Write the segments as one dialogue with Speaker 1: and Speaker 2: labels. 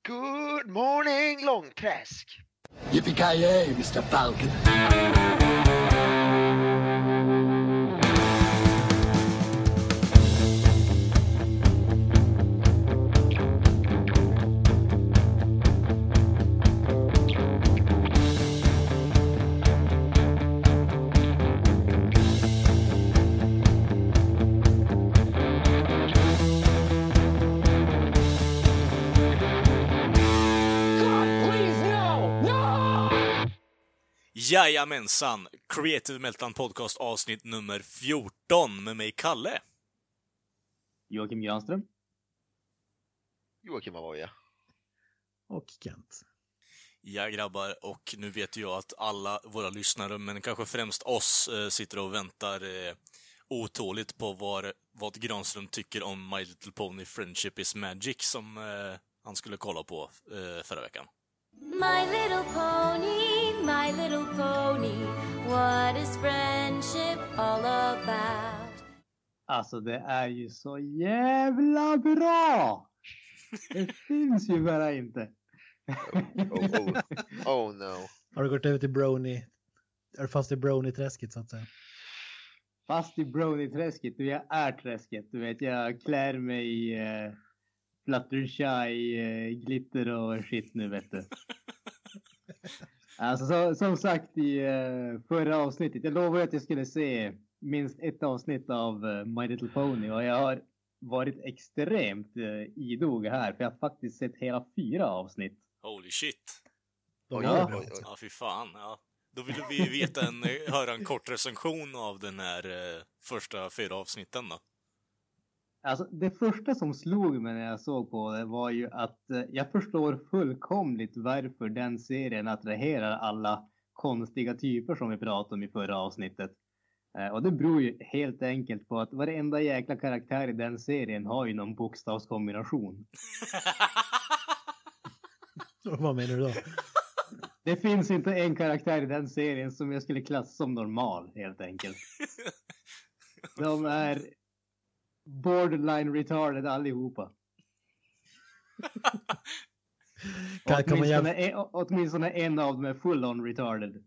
Speaker 1: Good morning, Långträsk.
Speaker 2: Yippee-ki-yay, Mr. Falcon.
Speaker 3: Jajamensan, Creative Meltdown Podcast avsnitt nummer 14 med mig Kalle.
Speaker 4: Joakim Granström.
Speaker 1: Joakim Avoya.
Speaker 5: Och Kent.
Speaker 3: Ja grabbar, och nu vet jag att alla våra lyssnare, men kanske främst oss, sitter och väntar otåligt på vad Granström tycker om My Little Pony Friendship is Magic som han skulle kolla på förra veckan.
Speaker 6: My little pony, what is friendship all about?
Speaker 4: Alltså det är ju så jävla bra! Det finns ju bara inte.
Speaker 1: Oh no.
Speaker 5: Har du gått över till Brony? Är du fast i Brony-träsket så att säga?
Speaker 4: Fast i Brony-träsket, jag är träsket. Du vet, jag klär mig i Fluttershy, glitter och shit nu vet du. Alltså som sagt i förra avsnittet, jag lovade att jag skulle se minst ett avsnitt av My Little Pony och jag har varit extremt idog här för jag har faktiskt sett hela 4 avsnitt.
Speaker 3: Holy shit.
Speaker 5: Ja,
Speaker 3: fy fan. Ja. Då ville vi höra en kort recension av den här första 4 avsnitten då.
Speaker 4: Alltså det första som slog mig när jag såg på det var ju att jag förstår fullkomligt varför den serien attraherar alla konstiga typer som vi pratade om i förra avsnittet. Och det beror ju helt enkelt på att varenda jäkla karaktär i den serien har ju någon bokstavskombination.
Speaker 5: Vad menar du då?
Speaker 4: Det finns inte en karaktär i den serien som jag skulle klassa som normal helt enkelt. De är borderline retarded allihopa. Åtminstone en av dem är full on retarded.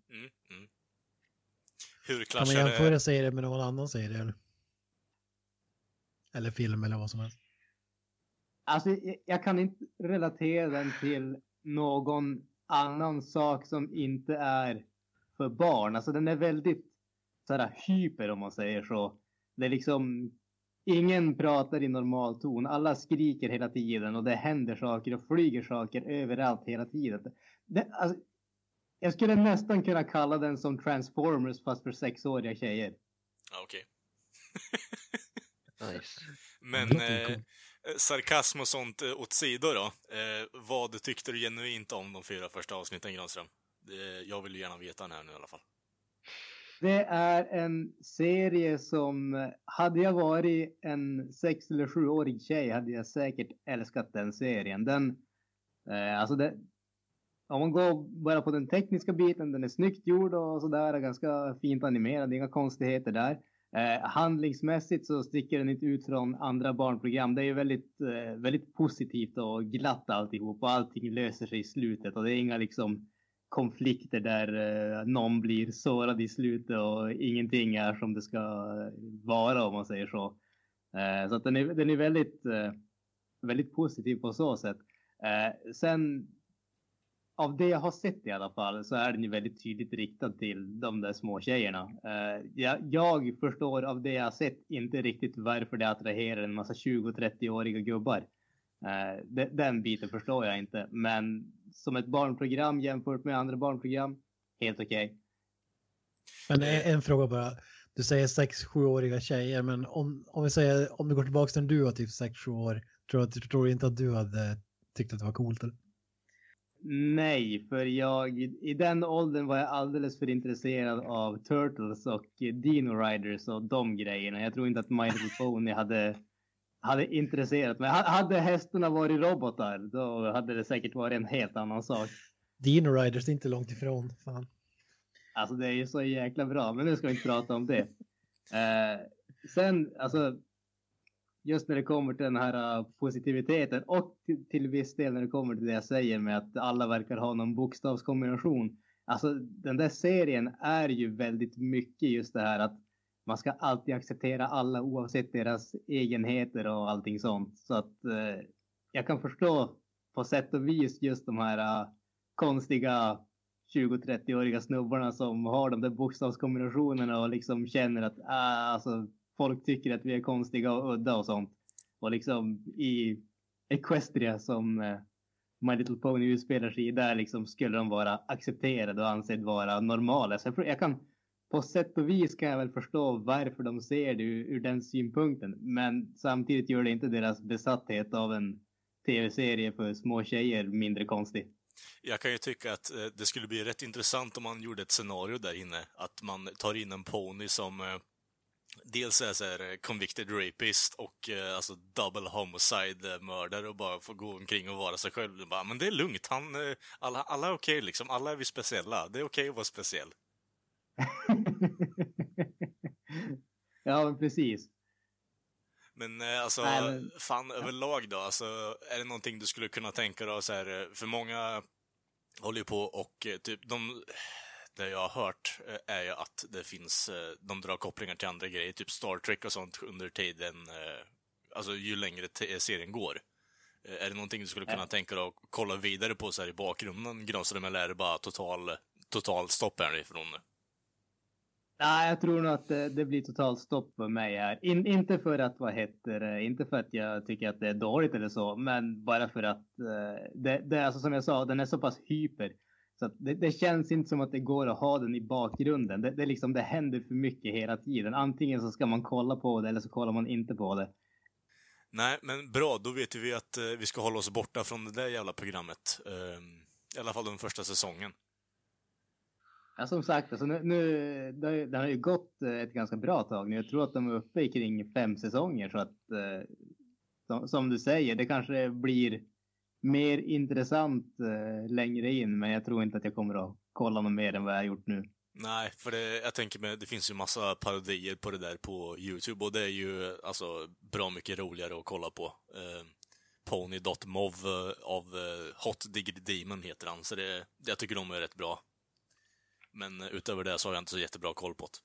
Speaker 3: Hur
Speaker 5: kan man jämföra serien med någon annan serie? Eller film eller vad som helst?
Speaker 4: Alltså jag kan inte relatera den till någon annan sak som inte är för barn. Alltså den är väldigt sådär hyper om man säger så. Det är liksom ingen pratar i normal ton. Alla skriker hela tiden och det händer saker och flyger saker överallt hela tiden. Alltså, jag skulle nästan kunna kalla den som Transformers fast för 6-åriga tjejer.
Speaker 3: Okej.
Speaker 1: Nice.
Speaker 3: Men sarkasm och sånt åt sidor då. Vad tyckte du genuint om de 4 första avsnitten, Granström? Jag vill ju gärna veta den här nu i alla fall.
Speaker 4: Det är en serie som, hade jag varit en 6 eller 7-årig tjej hade jag säkert älskat den serien. Om man går bara på den tekniska biten, den är snyggt gjord och sådär, ganska fint animerad, inga konstigheter där. Handlingsmässigt så sticker den inte ut från andra barnprogram. Det är ju väldigt positivt och glatt alltihop och allting löser sig i slutet och det är inga liksom konflikter där någon blir sårad i slutet och ingenting är som det ska vara om man säger så. Så att den är väldigt positiv på så sätt. Sen av det jag har sett i alla fall så är den ju väldigt tydligt riktad till de där små tjejerna. Jag förstår av det jag har sett inte riktigt varför det attraherar en massa 20-30-åriga gubbar. Den biten förstår jag inte. Men som ett barnprogram jämfört med andra barnprogram, helt okej.
Speaker 5: Men en fråga bara. Du säger 6-7-åriga tjejer, men om vi säger, om du går tillbaka till när du var typ 6-7 år, tror du inte att du hade tyckt att det var coolt eller?
Speaker 4: Nej, för i den åldern var jag alldeles för intresserad av Turtles och Dino Riders och de grejerna. Jag tror inte att My Little Pony hade intresserat mig. Hade hästarna varit robotar, då hade det säkert varit en helt annan sak.
Speaker 5: Dino Riders är inte långt ifrån, fan.
Speaker 4: Alltså det är ju så jäkla bra, men nu ska vi inte prata om det. Sen, alltså just när det kommer till den här positiviteten och till viss del när det kommer till det jag säger med att alla verkar ha någon bokstavskombination. Alltså den där serien är ju väldigt mycket just det här att man ska alltid acceptera alla oavsett deras egenheter och allting sånt. Så att jag kan förstå på sätt och vis just de här konstiga 20-30-åriga snubbarna som har de där bokstavskombinationerna och liksom känner att alltså, folk tycker att vi är konstiga och udda och sånt. Och liksom i Equestria som My Little Pony utspelar sig i, där liksom skulle de vara accepterade och ansedd vara normala. Så jag kan på sätt och vis kan jag väl förstå varför de ser det ur den synpunkten. Men samtidigt gör det inte deras besatthet av en tv-serie för små tjejer mindre konstig.
Speaker 3: Jag kan ju tycka att det skulle bli rätt intressant om man gjorde ett scenario där inne. Att man tar in en pony som dels är så här convicted rapist och alltså double homicide mördare och bara får gå omkring och vara sig själv. Bara, men det är lugnt, alla är okej liksom. Alla är vi speciella. Det är okej att vara speciell.
Speaker 4: Ja, men precis.
Speaker 3: Men alltså, fan överlag då, alltså, är det någonting du skulle kunna tänka dig så här, för många håller ju på och typ, det jag har hört är ju att det finns, de drar kopplingar till andra grejer, typ Star Trek och sånt under tiden, alltså ju längre serien går. Är det någonting du skulle kunna tänka dig att kolla vidare på så här i bakgrunden, Granström, eller är det bara total stopp härifrån?
Speaker 4: Nej, jag tror nog att det blir totalt stopp för mig här. Inte för att, inte för att jag tycker att det är dåligt eller så, men bara för att det är alltså som jag sa, den är så pass hyper. Så att det känns inte som att det går att ha den i bakgrunden. Det liksom, det händer för mycket hela tiden. Antingen så ska man kolla på det eller så kollar man inte på det.
Speaker 3: Nej, men bra, då vet vi att vi ska hålla oss borta från det där jävla programmet. I alla fall den första säsongen.
Speaker 4: Ja, som sagt, alltså det har ju gått ett ganska bra tag nu. Jag tror att de är uppe i kring 5 säsonger. Så att, som du säger, det kanske blir mer intressant längre in. Men jag tror inte att jag kommer att kolla något mer än vad jag har gjort nu.
Speaker 3: Nej, för jag tänker mig, det finns ju massa parodier på det där på YouTube. Och det är ju alltså bra mycket roligare att kolla på. Pony.mov av Hot Diggity Demon heter han. Så jag tycker de är rätt bra. Men utöver det så har jag inte så jättebra koll på det.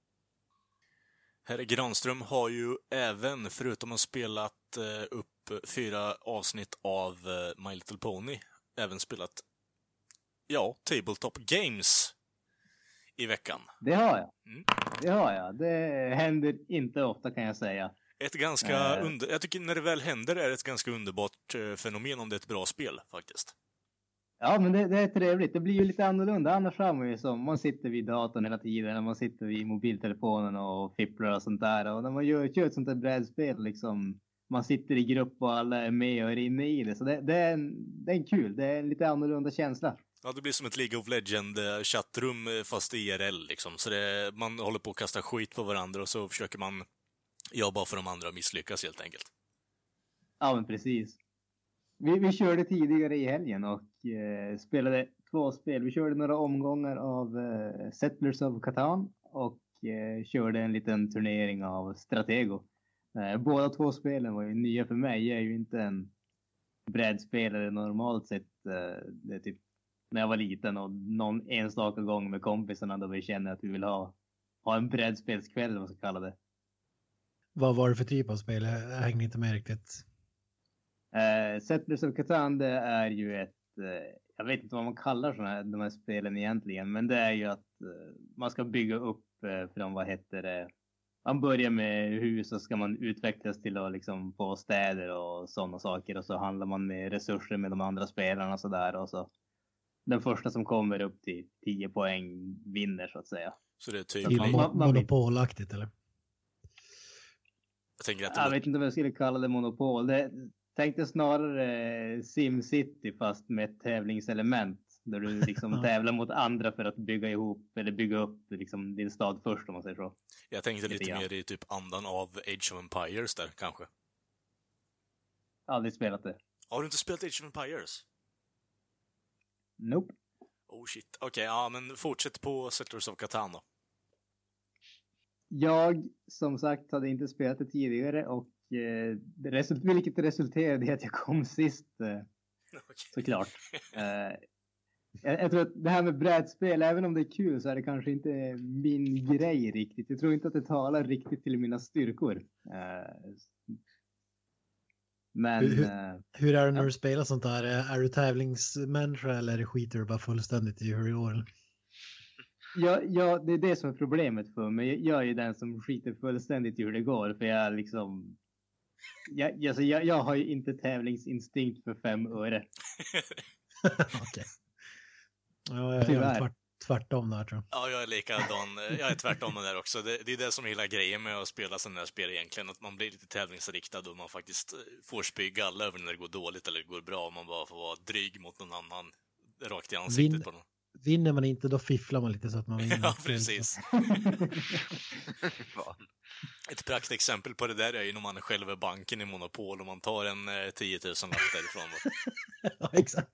Speaker 3: Herr Granström har ju även, förutom att spelat upp 4 avsnitt av My Little Pony, även spelat, Tabletop Games i veckan.
Speaker 4: Det har jag. Det har jag. Det händer inte ofta, kan jag säga.
Speaker 3: Ett ganska jag tycker när det väl händer är det ett ganska underbart fenomen om det är ett bra spel, faktiskt.
Speaker 4: Ja, men det är trevligt. Det blir ju lite annorlunda. Annars är man ju som, man sitter vid datorn hela tiden. När man sitter vid mobiltelefonen och fipplar och sånt där. Och när man kör ett sånt där brädspel, liksom, man sitter i grupp och alla är med och är inne i det. Så det är en kul. Det är en lite annorlunda känsla.
Speaker 3: Ja, det blir som ett League of Legends-chattrum fast IRL, liksom. Så man håller på att kasta skit på varandra och så försöker man jobba för de andra och misslyckas, helt enkelt.
Speaker 4: Ja, men precis. Vi körde tidigare i helgen och spelade 2 spel. Vi körde några omgångar av Settlers of Catan och körde en liten turnering av Stratego. Båda 2 spelen var ju nya för mig. Jag är ju inte en brädspelare normalt sett. Det är typ när jag var liten och någon enstaka gång med kompisarna då vi känner att vi vill ha en brädspelskväll, vad man ska kalla det.
Speaker 5: Vad var det för typ av spel? Jag hängde inte med riktigt.
Speaker 4: Settlers of Catan, det är ju ett, jag vet inte vad man kallar de här spelen egentligen, men det är ju att man ska bygga upp från, man börjar med hus och ska man utvecklas till att liksom få städer och sådana saker, och så handlar man med resurser med de andra spelarna och sådär, och så den första som kommer upp till 10 poäng vinner, så att säga.
Speaker 3: Så det är typ
Speaker 5: monopolaktigt, eller?
Speaker 4: Jag vet inte om jag skulle kalla det monopol. Tänkte snarare SimCity fast med ett tävlingselement. Där du liksom tävlar mot andra för att bygga ihop eller bygga upp liksom din stad först, om man säger så.
Speaker 3: Jag tänkte lite mer i typ andan av Age of Empires där, kanske.
Speaker 4: Aldrig spelat det.
Speaker 3: Har du inte spelat Age of Empires?
Speaker 4: Nope.
Speaker 3: Oh shit. Okej, ja, men fortsätt på Settlers of Catan då.
Speaker 4: Jag, som sagt, hade inte spelat det tidigare och vilket resulterade i att jag kom sist. Såklart. Jag tror att det här med brädspel, även om det är kul så är det kanske inte min grej riktigt. Jag tror inte att det talar riktigt till mina styrkor. Men...
Speaker 5: Hur är det när du spelar sånt där? Är du tävlingsmänniska eller skiter du bara fullständigt i hur det går?
Speaker 4: Ja, det är det som är problemet för mig. Jag är ju den som skiter fullständigt i hur det går. För jag liksom... Jag har ju inte tävlingsinstinkt för 5 öre.
Speaker 5: Okej. Ja, jag är tvärtom där, tror jag.
Speaker 3: Ja, jag är likadan. Jag är tvärtom där också. Det är det som är hela grejen med att spela sådana här spel egentligen. Att man blir lite tävlingsriktad och man faktiskt får spy alla över när det går dåligt eller det går bra. Och man bara får vara dryg mot någon annan rakt i ansiktet på någon.
Speaker 5: Vinner man inte, då fifflar man lite så att man vinner.
Speaker 3: Ja, precis. Ett praktexempel på det där är ju när man är själv i banken i Monopol och man tar en 10 000 lapp därifrån.
Speaker 5: Ja, exakt.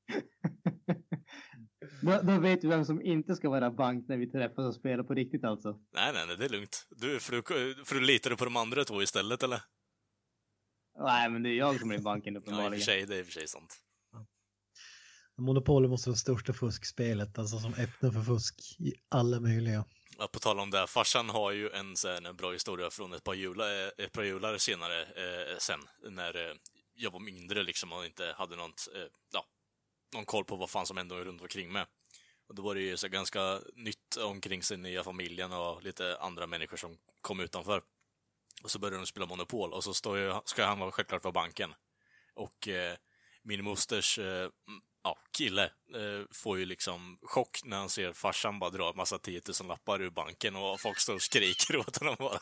Speaker 4: Då vet vi vem som inte ska vara bank när vi träffas och spelar på riktigt alltså.
Speaker 3: Nej, det är lugnt. För du litar på de andra 2 istället, eller?
Speaker 4: Nej, men det är jag som är banken uppenbarligen.
Speaker 3: Ja, det är i och för sig sant.
Speaker 5: Monopoly måste vara det största fuskspelet, alltså som öppnar för fusk i alla möjliga.
Speaker 3: Ja, på tal om det, farsan har ju en bra historia från ett par jular senare, sen, när jag var mindre liksom och inte hade någon koll på vad fan som hände runt omkring mig. Och då var det ju så ganska nytt omkring sin nya familjen och lite andra människor som kom utanför. Och så började de spela Monopol och så ska han självklart vara banken. Och min mosters kille får ju liksom chock när han ser farsan bara dra en massa 10 000 lappar ur banken och folk står och skriker åt honom bara.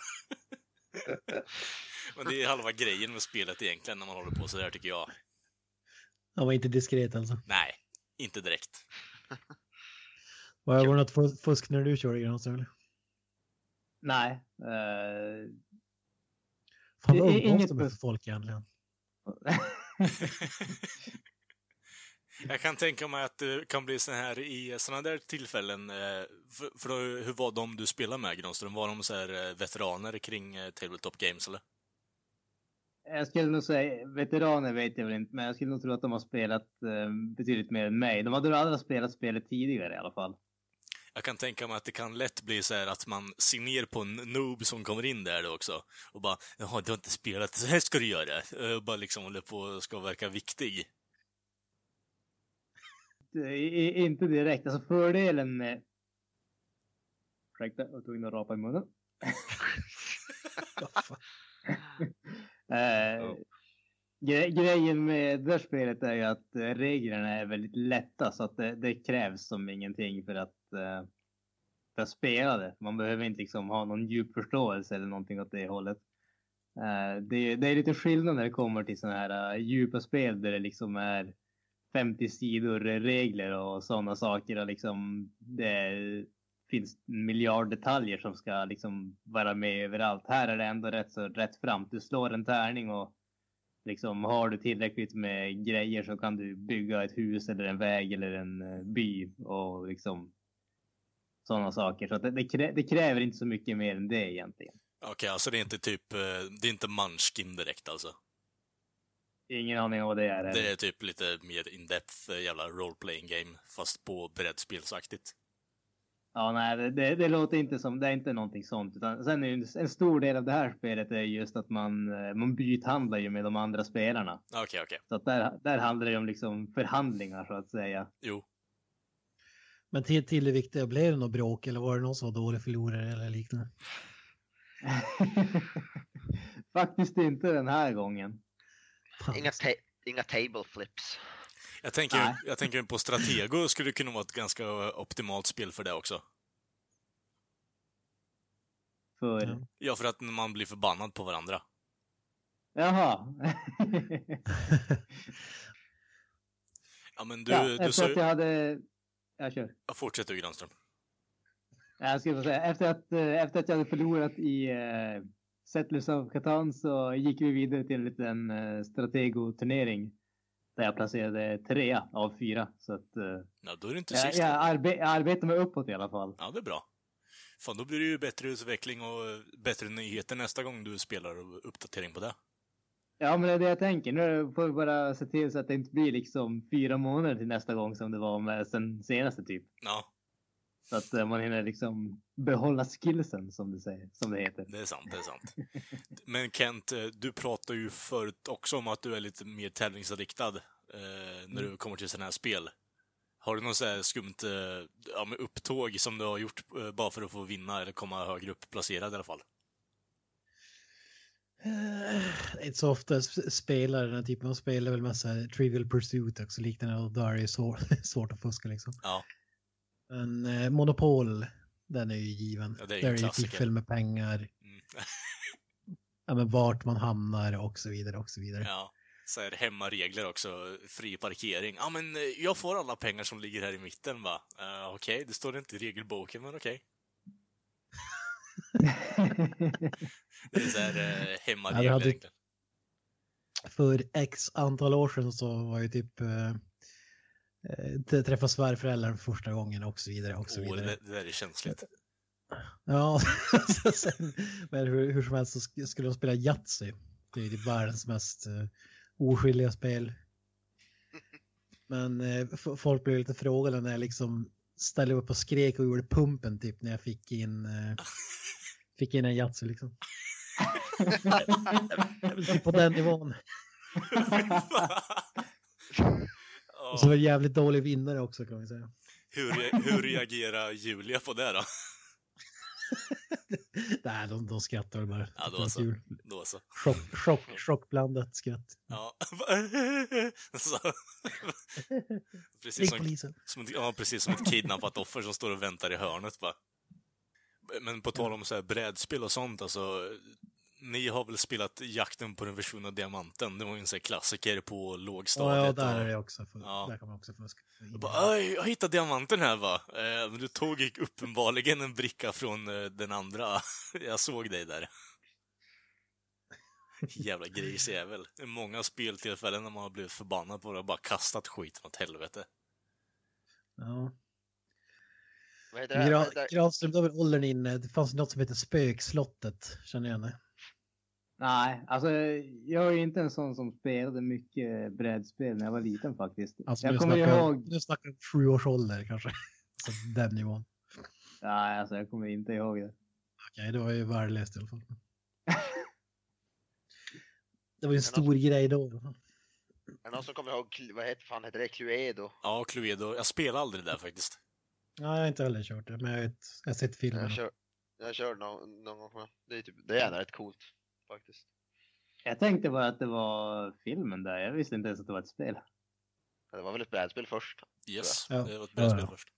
Speaker 3: Men det är halva grejen med spelet egentligen när man håller på så där, tycker jag.
Speaker 5: Han var inte diskret alltså?
Speaker 3: Nej, inte direkt.
Speaker 5: Var det något fusk när du körde Granström?
Speaker 4: Nej.
Speaker 5: Fan, vad umgås med folk egentligen?
Speaker 3: Jag kan tänka mig att det kan bli så här i sådana där tillfällen. För då, hur var de du spelade med, Granström? Var de så här veteraner kring Tabletop Games, eller?
Speaker 4: Jag skulle nog säga, veteraner vet jag väl inte, men jag skulle nog tro att de har spelat betydligt mer än mig. De hade aldrig spelat spelet tidigare i alla fall.
Speaker 3: Jag kan tänka mig att det kan lätt bli så här att man ser ner på en noob som kommer in där då också. Och bara, jaha, du har inte spelat, så här ska du göra. Och bara liksom håller på och ska verka viktig.
Speaker 4: Inte direkt, alltså fördelen med... Ursäkta, jag tog in och rapa i munnen. Grejen med det här spelet är ju att reglerna är väldigt lätta, så att det krävs som ingenting för att spela det. Man behöver inte liksom ha någon djup förståelse eller någonting åt det hållet. Det är lite skillnad när det kommer till sådana här djupa spel där det liksom är 50 sidor regler och sådana saker, och liksom det finns en miljard detaljer som ska liksom vara med överallt. Här är det ändå rätt fram. Du slår en tärning och liksom har du tillräckligt med grejer så kan du bygga ett hus eller en väg eller en by och liksom sådana saker. Så att det kräver inte så mycket mer än det egentligen.
Speaker 3: Okej, alltså det är inte typ, det är inte Munchkin direkt alltså?
Speaker 4: Ingen aning om vad det är.
Speaker 3: Det är typ lite mer in-depth jävla role-playing game, fast på brädspelsaktigt.
Speaker 4: Ja, nej, det låter inte som, det är inte någonting sånt. Utan sen är en stor del av det här spelet är just att man bythandlar ju med de andra spelarna.
Speaker 3: Okej.
Speaker 4: Så att där handlar det om liksom förhandlingar, så att säga.
Speaker 3: Jo.
Speaker 5: Men till det viktiga, blev det något bråk eller var det någon som var dålig förlorare eller liknande?
Speaker 4: Faktiskt inte den här gången.
Speaker 1: Inga table flips.
Speaker 3: Jag tänker på Stratego skulle kunna vara ett ganska optimalt spel för det också.
Speaker 4: För?
Speaker 3: Ja, för att man blir förbannad på varandra.
Speaker 4: Jaha.
Speaker 3: Ja, men du sa ju...
Speaker 4: Jag kör.
Speaker 3: Ja, fortsätt du, Granström.
Speaker 4: Jag skulle säga, efter att jag hade förlorat i Settlers of Catan så gick vi vidare till en liten Stratego-turnering där jag placerade 3 av 4. Så att,
Speaker 3: ja, då är det inte sist.
Speaker 4: Jag arbetar mig uppåt i alla fall.
Speaker 3: Ja, det är bra. Fan, då blir det ju bättre utveckling och bättre nyheter nästa gång du spelar och uppdatering på det.
Speaker 4: Ja, men det är det jag tänker. Nu får vi bara se till så att det inte blir liksom 4 månader till nästa gång som det var med sen senaste typ.
Speaker 3: Ja,
Speaker 4: Så att man hinner liksom behålla skillsen som du säger, som det heter.
Speaker 3: det är sant, det är sant. Men Kent, du pratar ju förut också om att du är lite mer tävlingsriktad när du kommer till sådana här spel. Har du något så här skumt med upptåg som du har gjort bara för att få vinna eller komma högre upp placerad i alla fall?
Speaker 5: Inte så ofta spelar den här typen av spel är väl mest Trivial Pursuit också liknande och då är det ju svårt att fuska liksom.
Speaker 3: Ja.
Speaker 5: Men Monopol, den är ju given.
Speaker 3: Ja, det är ju
Speaker 5: där
Speaker 3: en
Speaker 5: är ju
Speaker 3: klassiker.
Speaker 5: fiffel med pengar. Ja, men vart man hamnar och så vidare och så vidare.
Speaker 3: Ja. Så är det hemmaregler också, fri parkering. Ja, men jag får alla pengar som ligger här i mitten, va? Okej, det står inte i regelboken, men okej. Det är så här hemmaregler egentligen.
Speaker 5: För x antal år sedan så var ju typ träffa svärföräldrar för första gången och så vidare och så vidare.
Speaker 3: Det där är känsligt.
Speaker 5: Ja, sen, men hur som helst så skulle de spela Yatzy. Det är ju världens mest oskyldiga spel. Men folk blev lite frågade när jag liksom ställde upp och skrek och gjorde pumpen typ när jag fick in en Yatzy liksom. Jag vill typ på den nivån. Och så var det jävligt dålig vinnare också kan man säga.
Speaker 3: Hur reagerar Julia på det då?
Speaker 5: Nej, de skrattar bara.
Speaker 3: Ja, då så.
Speaker 5: Chockblandat skratt.
Speaker 3: Ja. Precis som ett kidnappat offer som står och väntar i hörnet bara. Men på tal om så här brädspel och sånt, alltså, ni har väl spelat Jakten på den försvunna diamanten? Det var ju en sån här klassiker på lågstadiet.
Speaker 5: Ja, där är det också. Där kan man också fuska.
Speaker 3: Jag hittade diamanten här, va? Men du tog uppenbarligen en bricka från den andra. Jag såg dig där. Jävla grisjävel. Det är många speltillfällen när man har blivit förbannad på det och bara kastat skiten åt helvete.
Speaker 5: Ja.
Speaker 1: Vad heter det?
Speaker 5: Granström, då var åldern inne. Det fanns något som heter Spökslottet, känner jag det.
Speaker 4: Nej, alltså jag är inte en sån som spelade mycket brädspel när jag var liten faktiskt.
Speaker 5: Alltså,
Speaker 4: jag kommer ihåg...
Speaker 5: Nu snackar 7 års ålder kanske. Så den nivån.
Speaker 4: Nej, alltså jag kommer inte ihåg det.
Speaker 5: Okej, det var ju värdelöst i alla fall. Det var ju en stor grej då.
Speaker 1: Är det någon som kommer ihåg, vad heter det? Cluedo?
Speaker 3: Ja, Cluedo. Jag spelade aldrig där faktiskt.
Speaker 5: Nej, jag har inte heller kört det, men jag har sett filmen.
Speaker 1: Jag kör någon gång. Det är rätt coolt faktiskt.
Speaker 4: Jag tänkte bara att det var filmen där. Jag visste inte ens att det var ett spel.
Speaker 1: Det var väl ett brädspel först?
Speaker 3: Yes,
Speaker 5: ja.
Speaker 3: Det var ett brädspel först.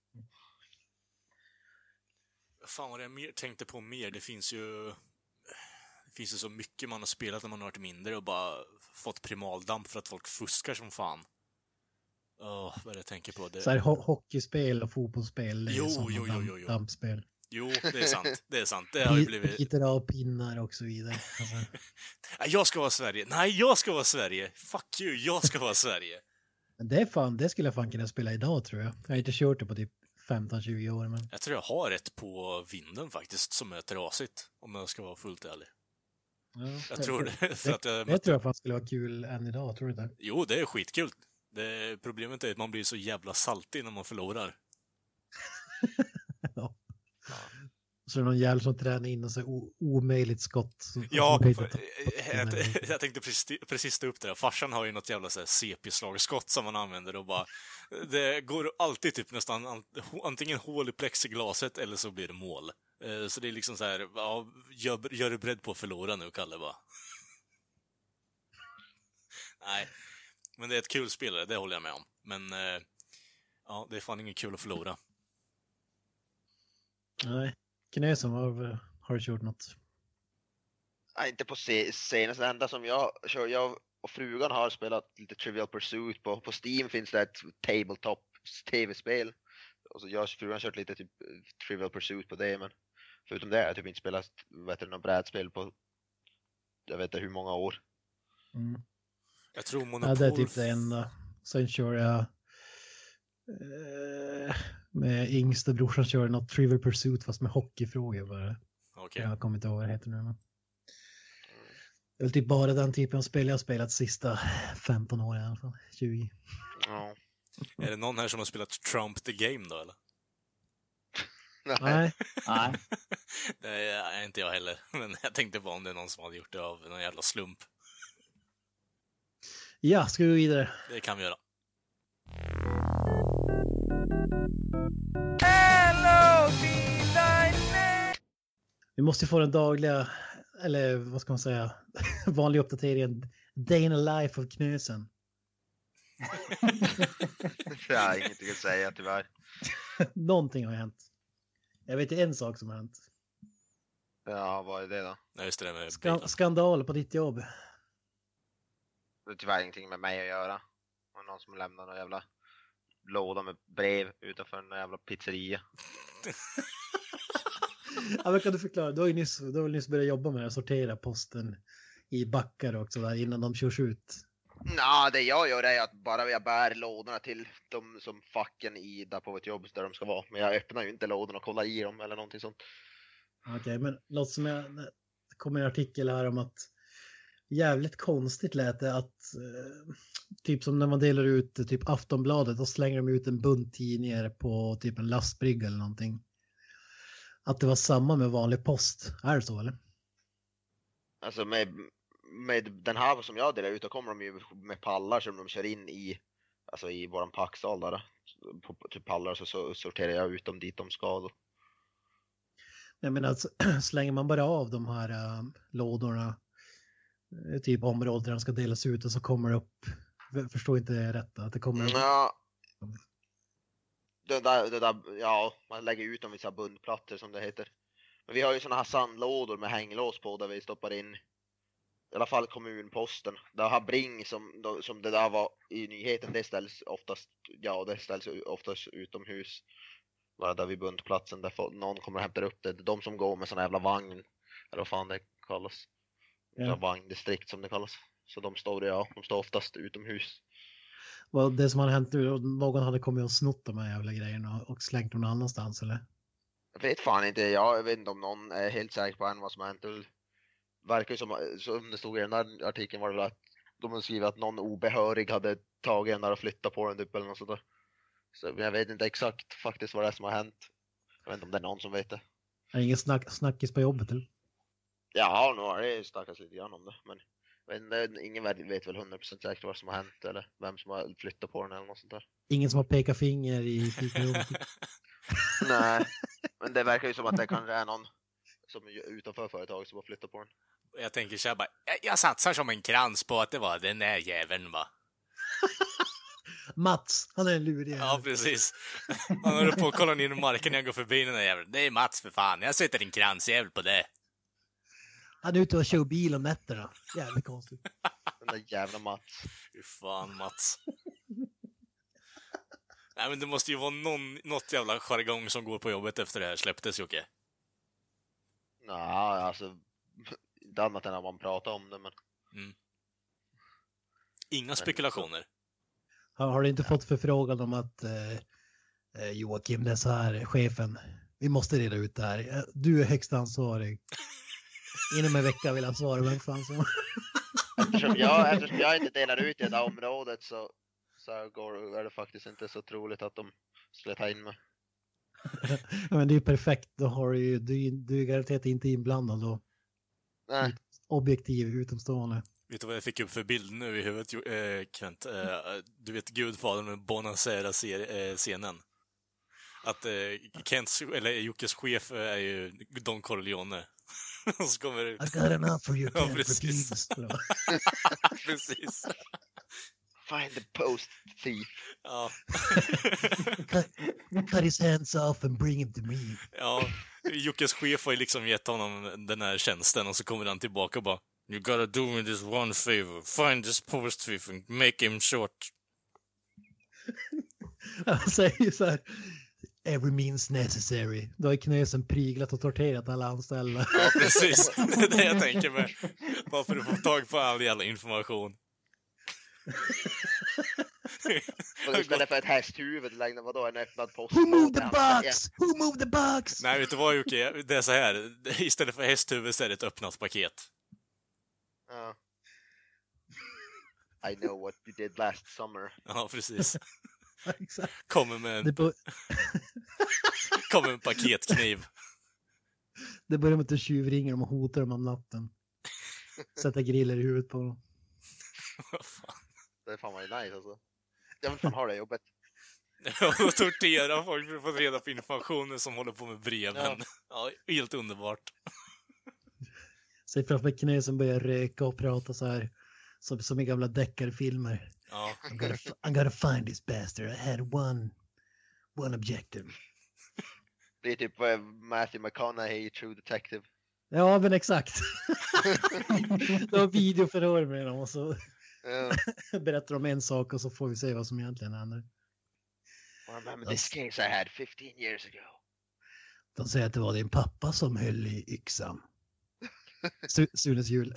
Speaker 3: Fan vad jag tänkte på mer. Det finns ju så mycket man har spelat när man har varit mindre och bara fått primaldamp för att folk fuskar som fan. Vad är det jag tänker på?
Speaker 5: Så här, hockeyspel och fotbollsspel.
Speaker 3: Jo.
Speaker 5: Dampspel.
Speaker 3: Jo, det är sant. Det har ju blivit...
Speaker 5: Biter av pinnar och så vidare. Alltså.
Speaker 3: Jag ska vara Sverige. Nej, jag ska vara Sverige. Fuck you, jag ska vara Sverige.
Speaker 5: Men det skulle jag fan kunna spela idag, tror jag. Jag har inte kört det på typ 15-20 år. Men...
Speaker 3: Jag tror jag har ett på vinden faktiskt som är trasigt, om jag ska vara fullt ärlig.
Speaker 5: Ja,
Speaker 3: jag tror det. För att
Speaker 5: jag tror jag fan skulle vara kul än idag, tror du inte?
Speaker 3: Jo, det är skitkul. Problemet är att man blir så jävla saltig när man förlorar.
Speaker 5: Ja. Så är det någon jävel som tränar in och så omöjligt skott.
Speaker 3: Ja, jag tänkte precis ta upp det där. Farsan har ju något jävla CP-slagskott som man använder och bara... Det går alltid typ nästan antingen hål i plexiglaset eller så blir det mål. Så det är liksom så här, ja, gör du beredd på att förlora nu, Kalle, va? Nej, men det är ett kul spelare, det håller jag med om. Men ja, det är fan inget kul att förlora.
Speaker 5: Nej, Knösen, har du kört något?
Speaker 1: Nej, inte på senaste. Enda som jag och frugan har spelat lite Trivial Pursuit på Steam finns det ett tabletop tv-spel. Och så frugan har kört lite typ Trivial Pursuit på det, men förutom det har jag typ inte spelat någon brädspel på jag vet inte hur många år.
Speaker 5: Mm.
Speaker 3: Jag tror Monopol...
Speaker 5: Ja, det är typ det enda. Sen kör jag Med yngsta brorsan kör något Trivial Pursuit fast med hockeyfrågor bara.
Speaker 3: Okej.
Speaker 5: Jag kommer inte ihåg vad det heter nu. Men... Det är väl typ bara den typen av spel jag har spelat sista 15 år i alla fall. 20.
Speaker 1: Ja.
Speaker 3: Är det någon här som har spelat Trump the Game då, eller?
Speaker 5: Nej.
Speaker 4: Nej.
Speaker 3: Det är inte jag heller. Men jag tänkte bara om det är någon som hade gjort det av någon jävla slump.
Speaker 5: Ja, ska vi gå vidare?
Speaker 3: Det kan vi göra.
Speaker 5: Vi måste få den dagliga, eller vad ska man säga, vanliga uppdateringen. Day in a life of Knösen.
Speaker 1: Jag har ingenting att säga tyvärr.
Speaker 5: Någonting har hänt. Jag vet en sak som har hänt.
Speaker 1: Ja, vad är det då?
Speaker 3: Nej, just det med
Speaker 5: Skandal på ditt jobb.
Speaker 1: Det är tyvärr ingenting med mig att göra. Det var någon som lämnade någon jävla låda med brev utanför en jävla pizzeria.
Speaker 5: Ja, men kan du förklara? Du har väl nyss börjat jobba med att sortera posten i backar också där innan de körs ut.
Speaker 1: Nej, det jag gör är att bara jag bär lådorna till de som facken i där på ett jobb där de ska vara. Men jag öppnar ju inte lådorna och kollar i dem eller någonting sånt.
Speaker 5: Okej, men något som det kommer en artikel här om att jävligt konstigt lät det att typ som när man delar ut typ Aftonbladet och slänger de ut en bunt tidningar på typ en lastbrygga eller någonting. Att det var samma med vanlig post. Är det så eller?
Speaker 1: Alltså med den här som jag delar ut, då kommer de ju med pallar som de kör in i, alltså i våran packsal där. På typ pallar så sorterar jag ut dem dit de ska då.
Speaker 5: Jag menar, alltså, slänger man bara av de här lådorna typ området där de ska delas ut och så kommer det upp, förstår inte rätt att det kommer upp.
Speaker 1: Ja. Det där, ja, man lägger ut dem i så här bundplattor som det heter. Men vi har ju såna här sandlådor med hänglås på där vi stoppar in i alla fall kommunposten. Det här Bring som det där var i nyheten, det ställs oftast utomhus. Bara där vid bundplatsen där någon kommer och hämtar upp det. Det är de som går med såna jävla vagn, eller vad fan det kallas. Ja. Vagndistrikt som det kallas. Så de står oftast utomhus.
Speaker 5: Vad det som hade hänt nu, någon hade kommit och snott de här jävla grejerna och slängt dem någon annanstans eller?
Speaker 1: Jag vet fan inte, jag vet inte om någon är helt säker på än vad som har hänt. Det verkar ju som det stod i den där artikeln var det väl att de hade skrivit att någon obehörig hade tagit den där och flyttat på den typ eller något sånt där. Så jag vet inte exakt faktiskt vad det är som har hänt. Jag vet inte om det är någon som vet det.
Speaker 5: Är det ingen snackis på jobbet eller?
Speaker 1: Ja, nu har det snackats lite grann om det. Men ingen vet väl 100% säkert vad som har hänt eller vem som har flyttat på den eller något sånt där.
Speaker 5: Ingen som har pekat finger i fikarummet?
Speaker 1: Nej, men det verkar ju som att det kanske är någon som är utanför företaget som har flyttat på den.
Speaker 3: Jag tänker så här bara, jag satsar som en krans på att det var den där jäveln va.
Speaker 5: Mats, han är en lurig.
Speaker 3: Ja, precis. Han håller på att kolla ner i marken när jag går förbi den där jäveln. Det är Mats för fan, jag sätter en kransjävel på det.
Speaker 5: Han är ute och kör bil om nätterna. Jävligt konstigt.
Speaker 1: Den där jävla Mats.
Speaker 3: Fy fan, Mats. Nej, men det måste ju vara något jävla jargong som går på jobbet efter det här släpptes, Jocke.
Speaker 1: Nej, alltså inte annat än att man pratar om det, men...
Speaker 3: Mm. Inga spekulationer.
Speaker 5: Har du inte fått förfrågan om att Joakim, det är så här, chefen, vi måste reda ut det här. Du är högst ansvarig. Inom en vecka vill jag svara, vem fan som...
Speaker 1: Eftersom jag inte delar ut i det här området så är det faktiskt inte så troligt att de skulle ta in mig.
Speaker 5: Ja, men det är ju perfekt, då har du är garanterat inte inblandad då.
Speaker 1: Nej.
Speaker 5: Objektiv, utomstående.
Speaker 3: Vet du vad jag fick upp för bild nu i huvudet, Kent? Du vet Gudfadern med Bonacera-scenen. Att Kents, eller Jockes chef är ju Don Corleone. Och så kommer det...
Speaker 5: I got enough for you,
Speaker 3: ja, precis. Precis.
Speaker 1: Find the post thief.
Speaker 3: Ja.
Speaker 5: cut his hands off and bring him to me.
Speaker 3: Ja, Jockes chef har ju liksom gett honom den här tjänsten och så kommer han tillbaka och bara You gotta do me this one favor. Find this post thief and make him short.
Speaker 5: Han säger så här, every means necessary. Då har Knösen priglat och torterat alla anställda.
Speaker 3: Ja, precis. Det är det jag tänker mig. Bara för att få tag på all jävla information.
Speaker 1: Och istället för ett hästhuvud lägger vadå, en öppnad post.
Speaker 5: Who moved the box? Who moved the box?
Speaker 3: Nej, vet du vad Jocke? Det är så här. Istället för hästhuvud så är det ett öppnat paket.
Speaker 1: Ja. I know what you did last summer.
Speaker 3: Ja, precis.
Speaker 5: Exakt.
Speaker 3: Kommer med en paketkniv.
Speaker 5: Det börjar med att du tjuvringer dem och hotar dem om natten. Sätta griller i huvudet på dem.
Speaker 3: Vad fan.
Speaker 1: Det är fan vad nice alltså. Jag vill fan ha det jobbet.
Speaker 3: Och tortera folk för att få reda på informationen som håller på med breven. Ja, helt underbart.
Speaker 5: Säg framför knä som börjar röka och prata så här. Som i gamla deckarfilmer.
Speaker 3: Ja.
Speaker 5: I'm gonna find this bastard. I had one objective.
Speaker 1: Det är typ Matthew McConaughey i True Detective.
Speaker 5: Ja, men exakt. Det var videoförhör med dem och så berättar de en sak och så får vi se vad som egentligen händer.
Speaker 1: I remember this case I had 15 years ago.
Speaker 5: De säger att det var din pappa som höll i yxan. Sunes jul.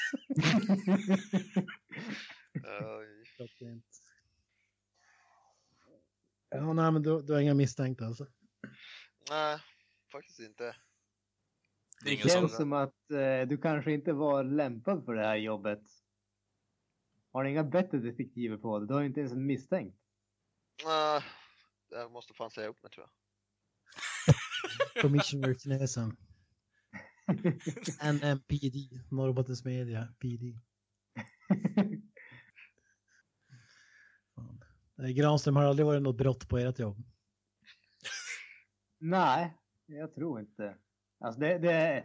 Speaker 5: Ja, nej, men du har inga misstänkta alltså?
Speaker 1: Nej, faktiskt inte.
Speaker 4: Det känns som att du kanske inte var lämpad för det här jobbet. Har ni inga bättre detektiver på det? Du har ju inte ens en misstänkt.
Speaker 1: Nej, jag måste fan säga upp mig tror jag.
Speaker 5: Commissioner Knäsen. NMPD, Norrbottens Media, PD. Granström har aldrig varit något brott på ert jobb.
Speaker 4: Nej, jag tror inte. Alltså det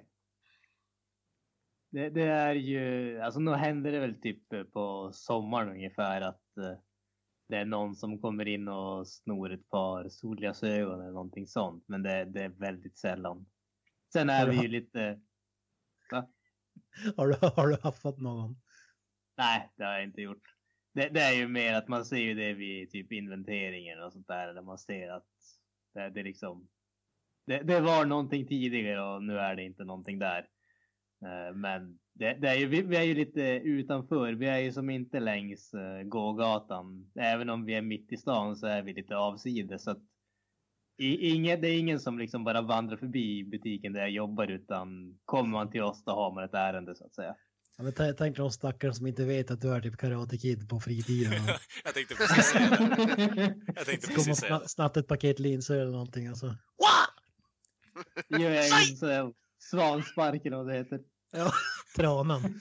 Speaker 4: är ju, alltså nu händer det väl typ på sommaren ungefär att det är någon som kommer in och snor ett par solglasögon eller någonting sånt. Men det är väldigt sällan. Sen är vi ju lite... Va?
Speaker 5: Har du haffat någon?
Speaker 4: Nej, det har jag inte gjort. Det är ju mer att man ser ju det vid typ inventeringen och sånt där. Där man ser att det liksom... Det var någonting tidigare och nu är det inte någonting där. Men det är ju, vi är ju lite utanför. Vi är ju som inte längs gågatan. Även om vi är mitt i stan så är vi lite avsides. Så att det är ingen som liksom bara vandrar förbi butiken där jag jobbar. Utan kommer man till oss då har man ett ärende så att säga.
Speaker 5: Ja, men tänk de stackare som inte vet att du är typ Karate Kid på fritiden.
Speaker 3: Jag tänkte precis säga det.
Speaker 5: Snabbt ett paket linser eller någonting. Alltså.
Speaker 4: Gör jag en sån här svansparken och det heter.
Speaker 5: Ja, tranan.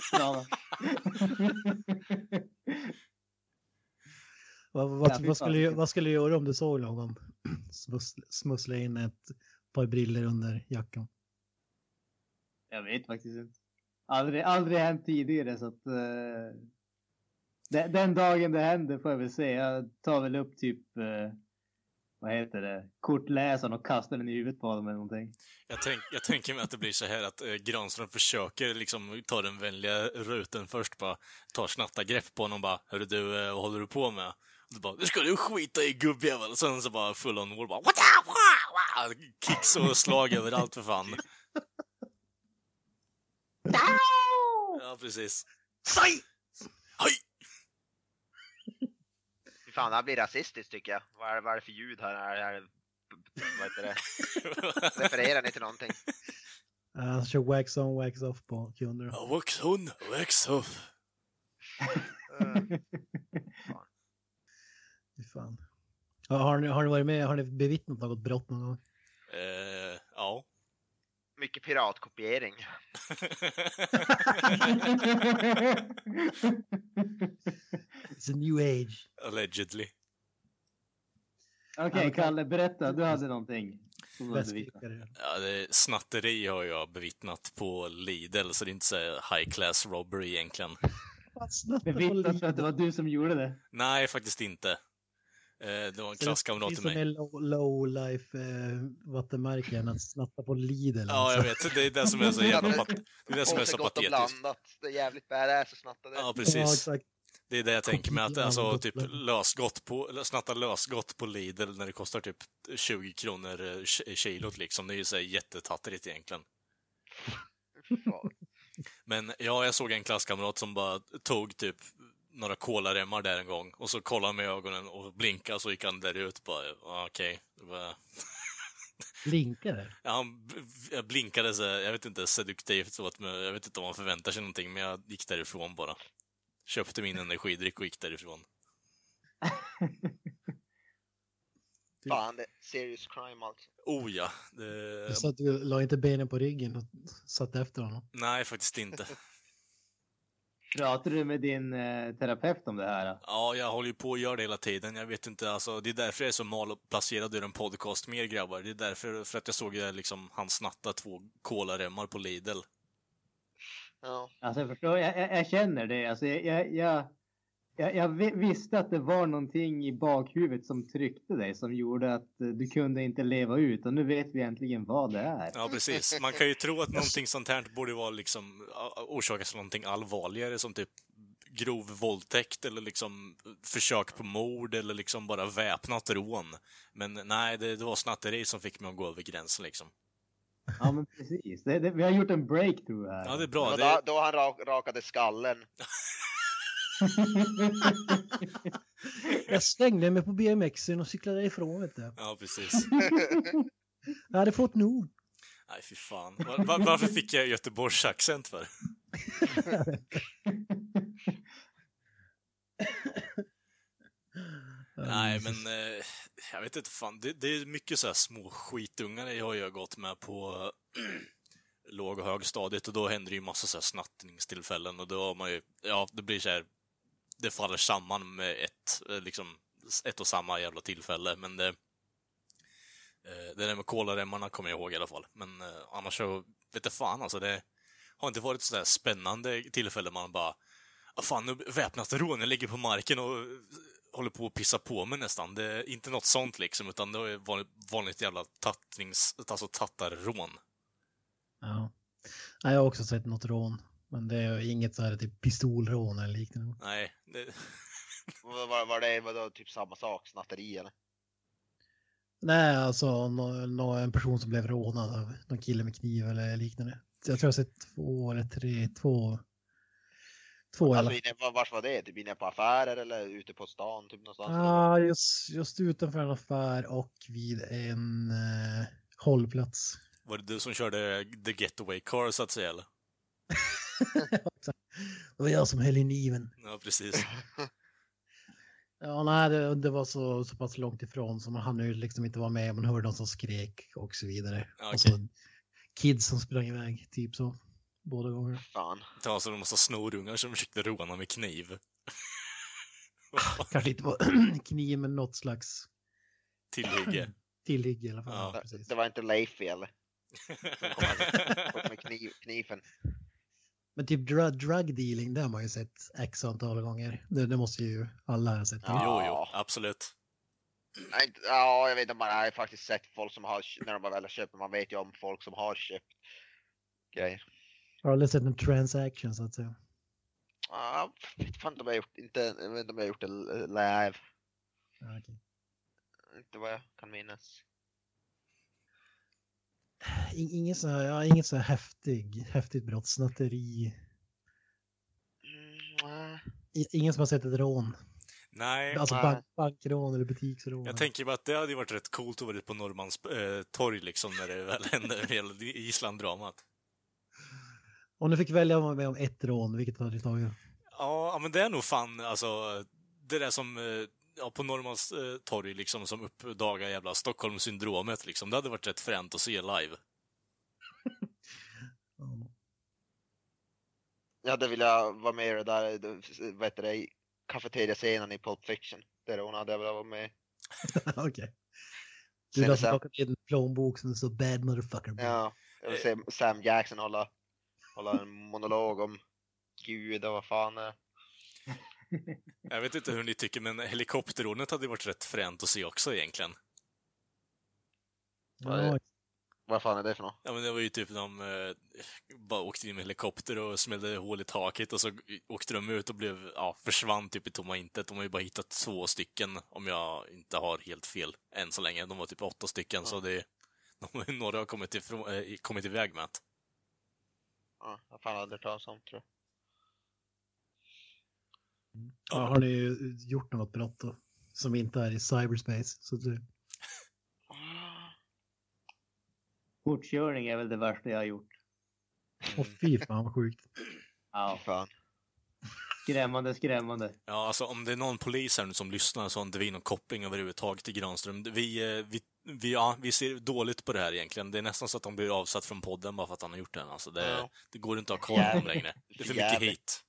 Speaker 5: Vad skulle du göra om du såg någon smussla in ett par briller under jackan?
Speaker 4: Jag vet faktiskt inte. Aldrig hänt tidigare så att den dagen det händer får jag väl se. Jag tar väl upp typ vad heter det? Kortläsaren och kastar den i huvudet på dem eller någonting.
Speaker 3: Jag tänker mig att det blir så här att Granström försöker liksom ta den vänliga ruten först, bara tar snatta grepp på honom och bara, hörru du, vad håller du på med? Och du bara, nu ska du skita i gubbjävel. Och sen så bara full on wall, bara kicks och slag överallt för fan. Ja, precis.
Speaker 5: Säg!
Speaker 3: Hej!
Speaker 1: Fan, det här blir rasistiskt tycker jag. Vad är det för ljud här? Vad heter det? Refererar ni till någonting?
Speaker 5: Han kör wax on, wax off på kunder.
Speaker 3: Wax on, wax off.
Speaker 5: Fan. Har ni varit med? Har ni bevittnat något brott någon gång?
Speaker 3: Ja.
Speaker 1: Mycket piratkopiering.
Speaker 5: It's a new age.
Speaker 3: Allegedly.
Speaker 4: Okej, Kalle, berätta. Du hade någonting.
Speaker 3: Ja, snatteri har jag bevittnat på Lidl, så det är inte så high class robbery egentligen.
Speaker 4: Bevittnat för att det var du som gjorde det?
Speaker 3: Nej, faktiskt inte. Det var en klasskamrat till mig.
Speaker 5: Det är low life vattenmärken att snatta på Lidl.
Speaker 3: Ja, jag vet. Det är det som är så jävla det är det som är så patetiskt.
Speaker 1: Det är jävligt badass att snatta det.
Speaker 3: Ja, precis.
Speaker 5: Ja, exakt.
Speaker 3: Det är det jag tänker med att alltså typ snatta lösgott på Lidl när det kostar typ 20 kronor kilot liksom. Det är ju så jättetatterigt egentligen. Men ja, jag såg en klasskamrat som bara tog typ några kolaremmar där en gång. Och så kollade han med ögonen och blinkade och så gick han där ut bara, okej.
Speaker 5: Blinkade?
Speaker 3: Ja, jag blinkade så jag vet inte, seduktivt så att jag vet inte om han förväntar sig någonting, men jag gick därifrån bara. Köpte min energidryck och gick därifrån.
Speaker 1: Fan, det är serious crime alltså.
Speaker 3: Oh ja.
Speaker 5: Du sa att du la inte benen på ryggen och satt efter honom.
Speaker 3: Nej, faktiskt inte.
Speaker 4: Pratar du med din terapeut om det här? Då?
Speaker 3: Ja, jag håller ju på att göra det hela tiden. Jag vet inte, alltså, det är därför jag är så malplacerad ur en podcast med er grabbar. Det är därför, för att jag såg liksom, han snatta 2 kolaremmar på Lidl.
Speaker 1: Ja.
Speaker 4: Alltså jag förstår, jag känner det. Alltså jag visste att det var någonting i bakhuvudet som tryckte dig, som gjorde att du kunde inte leva ut. Och nu vet vi äntligen vad det är.
Speaker 3: Ja, precis. Man kan ju tro att någonting sånt här borde vara liksom orsakas av någonting allvarligare, som typ grov våldtäkt eller liksom försök på mord eller liksom bara väpnat rån. Men nej, det var snatteri som fick mig att gå över gränsen liksom.
Speaker 4: Ja, men precis. Vi har gjort en breakthrough här.
Speaker 3: Ja, det är bra.
Speaker 1: Då han rakade skallen.
Speaker 5: Jag slängde mig på BMXen och cyklade ifrån, vet du.
Speaker 3: Ja, precis.
Speaker 5: Jag hade fått nog.
Speaker 3: Nej, fy fan. Varför fick jag Göteborgs accent för? Nej, men jag vet inte fan. Det är mycket så här små skitungar jag har ju gått med på låg- och högstadiet, och då händer det ju massa så här snattningstillfällen, och då har man ju, ja, det blir så här, det faller samman med ett och samma jävla tillfälle, men det där med kolaremmarna kommer jag ihåg i alla fall. Men annars så vet jag fan, alltså det har inte varit så där spännande tillfälle man bara, fan, nu väpnat rån, jag ligger på marken och håller på att pissa på mig nästan. Det är inte något sånt liksom, utan det är vanligt jävla tattarrån.
Speaker 5: Ja. Jag har också sett något rån. Men det är inget så här typ pistolrån eller liknande.
Speaker 3: Nej.
Speaker 1: Var det vadå, typ samma sak, snatteri eller?
Speaker 5: Nej, alltså en person som blev rånad av någon kille med kniv eller liknande. Så jag tror jag har sett 2 eller 3, 2
Speaker 1: Alltså, vart var det? Typ inne på affärer eller ute på stan? Typ någonstans?
Speaker 5: Ja, just utanför en affär och vid en hållplats.
Speaker 3: Var det du som körde the getaway car, så att säga, eller?
Speaker 5: Det var jag som höll i kniven.
Speaker 3: Ja, precis.
Speaker 5: Ja, nej, det var så pass långt ifrån så man hann ju liksom inte vara med. Man hörde någon som skrek och så vidare.
Speaker 3: Okay.
Speaker 5: Och så kids som sprang iväg, typ så. Båda gånger.
Speaker 1: Fan.
Speaker 3: Det var så en massa snorungar som försökte råna med kniv.
Speaker 5: Kanske inte var kniv, men något slags
Speaker 3: tillhygge.
Speaker 5: Tillhygge i alla fall.
Speaker 3: Ja.
Speaker 5: Ja, precis.
Speaker 1: Det var inte Leif eller? Som kom med kniven.
Speaker 5: Men typ drug dealing, det har man ju sett x antal gånger. Det måste ju alla ha sett.
Speaker 1: Ja.
Speaker 3: Jo, absolut.
Speaker 1: Ja, jag vet inte, man har faktiskt sett folk som har, när de väl har köpt, man vet ju om folk som har köpt grejer.
Speaker 5: Har du aldrig sett en transaction, så att säga?
Speaker 1: Ja, jag vet inte om jag har gjort det live.
Speaker 5: Ja, okay.
Speaker 1: Inte vad jag kan minnas.
Speaker 5: Inget så här häftigt brott, snatteri. Ingen som har sett ett rån.
Speaker 3: Nej.
Speaker 5: Alltså bankrån eller butiksrån.
Speaker 3: Jag tänker bara att det hade varit rätt coolt att vara på Norrmans torg liksom, när det väl händer hela Island-dramat.
Speaker 5: Om du fick välja med om ett rån, vilket hade du tagit?
Speaker 3: Ja, men det är nog fan, alltså, det där som på Norrmans torg liksom, som uppdagar jävla Stockholmssyndromet liksom. Det hade varit rätt fränt att se live.
Speaker 1: Ja, det vill jag vara med i det där, vet du det, kafeteriascenen i Pulp Fiction. Där hon hade velat vara med.
Speaker 5: Okej. Okay. Du har alltså plockat in en plånbok som är så bad motherfucker.
Speaker 1: Ja, jag vill se Sam Jackson hålla en monolog om Gud och vad fan är.
Speaker 3: Jag vet inte hur ni tycker, men helikopterrånet hade varit rätt fränt att se också egentligen.
Speaker 5: Ja.
Speaker 1: Vad fan är det för något?
Speaker 3: Ja, men det var ju typ de bara åkte in med helikopter och smällde hål i taket, och så åkte de ut och försvann typ i tomma intet. De har ju bara hittat 2 stycken, om jag inte har helt fel än så länge. De var typ 8 stycken, så några har kommit iväg med att.
Speaker 1: Ja, vad fan hade det tagit som, tror jag.
Speaker 5: Ja, har ni ju gjort något brott då? Som inte är i cyberspace? Så det...
Speaker 4: Fortkörning är väl det värsta jag har gjort.
Speaker 5: Och fy fan vad sjukt.
Speaker 4: Ja,
Speaker 1: Fan.
Speaker 4: skrämmande.
Speaker 3: Ja, alltså om det är någon polis här nu som lyssnar så har inte vi någon koppling överhuvudtaget till Granström. Vi ser dåligt på det här egentligen. Det är nästan så att de blir avsatt från podden bara för att han har gjort den. Alltså det går inte att ha koll på dem längre. Det är för mycket hit.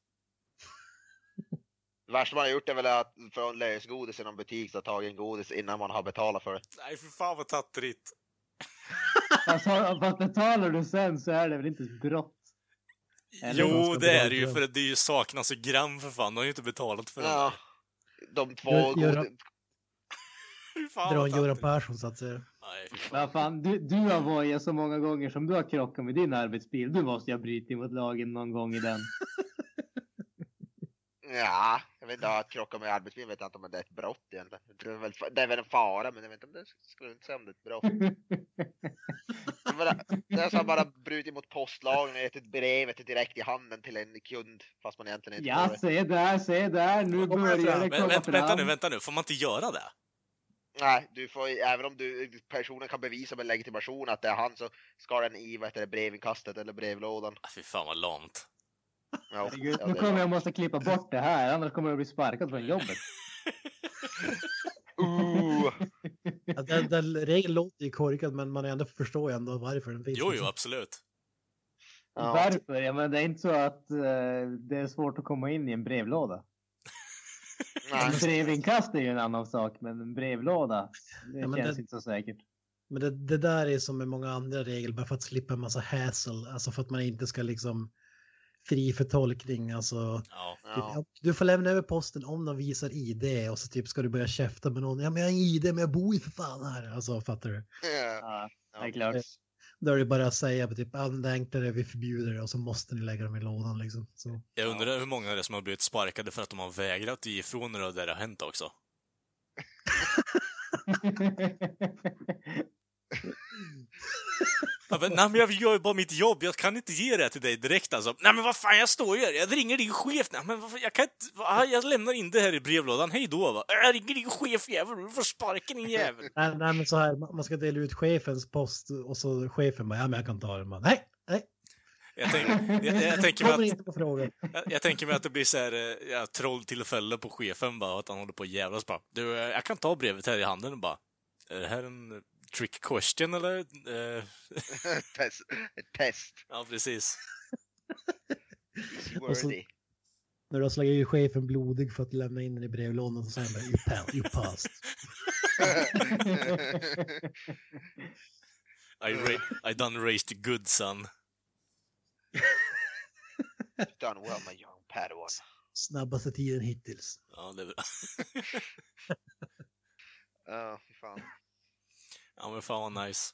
Speaker 1: Det värsta man har gjort är väl att från lösgodis i någon butik så tagit en godis innan man har betalat för det.
Speaker 3: Nej, för fan vad tattrigt.
Speaker 4: Alltså, vad betalar du sen så är det väl inte ett brott? Eller
Speaker 3: Jo, det är det ju, för det är ju saknas ju gram för fan. De har ju inte betalat för
Speaker 1: Ja.
Speaker 3: det.
Speaker 1: De två godis.
Speaker 5: Dra en Göran Persson så att säga.
Speaker 3: Nej,
Speaker 4: Vad fan, du har varit så många gånger som du har krockat med din arbetsbil. Du måste ju ha brutit mot lagen någon gång i den.
Speaker 1: Ja, jag vet inte, att krocka med arbetsbil vet jag inte om det är ett brott egentligen. Det är väl en fara, men jag vet inte om det skulle inte säga om det är ett brott. Det är så bara brutit mot postlagen och gett ett brev direkt i handen till en kund, fast man egentligen inte
Speaker 4: Ja, se där, nu börjar det komma fram.
Speaker 3: Vänta nu, får man inte göra det?
Speaker 1: Nej, du får, även om personen kan bevisa med legitimation att det är han, så ska den i brevinkastet eller brevlådan.
Speaker 3: Fy fan vad lamt.
Speaker 1: Ja,
Speaker 4: Herregud, nu kommer jag måste klippa bort det här, annars kommer jag bli sparkad från jobbet.
Speaker 5: Ja, den regeln låter ju korkad, men man ändå förstår ju ändå varför den finns.
Speaker 3: Jo, absolut.
Speaker 1: Ja.
Speaker 4: Varför? Ja, men det är inte så att det är svårt att komma in i en brevlåda. En brevinkast är ju en annan sak, men en brevlåda, det känns inte så säkert.
Speaker 5: Men det där är som med många andra regler, bara för att slippa en massa hassle, alltså för att man inte ska liksom fri för tolkning, alltså du får lämna över posten om de visar ID och så typ ska du börja käfta med någon, ja men jag har ID men jag bor ju för fan här, alltså fattar du?
Speaker 4: Ja, det är klart.
Speaker 5: Då är det bara att säga typ, det är enklare, vi förbjuder det och så måste ni lägga dem i lådan liksom. Så.
Speaker 3: Jag undrar hur många det är som har blivit sparkade för att de har vägrat ge ifrån det där det har hänt också. Nej men jag gör ju bara mitt jobb, jag kan inte ge det till dig direkt alltså. Nej men vad fan, jag står ju här, jag ringer din chef. Nej men vad fan, jag kan inte, jag lämnar in det här i brevlådan, hej då va. Jag ringer din chef jävel, du får sparken din jävel.
Speaker 5: Nej men så här, man ska dela ut chefens post och så chefen bara, ja men jag kan ta den. Man, nej.
Speaker 3: Jag tänker mig att det blir så här trolltillfälle på chefen bara, att han håller på att jävlas bara. Du, jag kan ta brevet här i handen och bara, är det här en trick question eller?
Speaker 1: Test.
Speaker 3: Ja, precis.
Speaker 5: Och så, när du har slagit i chefen blodig för att lämna in den i brevlådan så säger han bara, you passed.
Speaker 3: I done raised the good son.
Speaker 1: Done well my young Padawan.
Speaker 5: Snabbaste tiden hittills.
Speaker 3: Ja, det är bra.
Speaker 1: Ja, fy fan.
Speaker 3: Ja, men fan vad nice.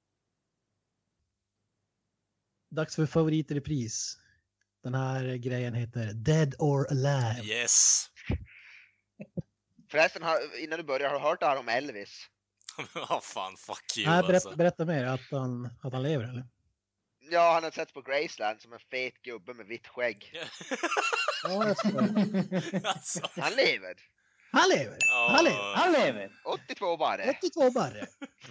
Speaker 5: Dags för favoriter i pris. Den här grejen heter Dead or Alive.
Speaker 3: Yes.
Speaker 1: Förresten, innan du börjar, har du hört det här om Elvis?
Speaker 3: Ja, fan, fuck you.
Speaker 5: Nej,
Speaker 3: alltså.
Speaker 5: berätta mer, att han lever eller?
Speaker 1: Ja, han har sett på Graceland som en fet gubbe med vitt skägg.
Speaker 5: Ja, jag ser.
Speaker 3: Alltså.
Speaker 1: Han lever.
Speaker 5: Han lever!
Speaker 3: Ja.
Speaker 5: Han lever!
Speaker 4: Han lever!
Speaker 1: 82 bara.
Speaker 5: 82 barre!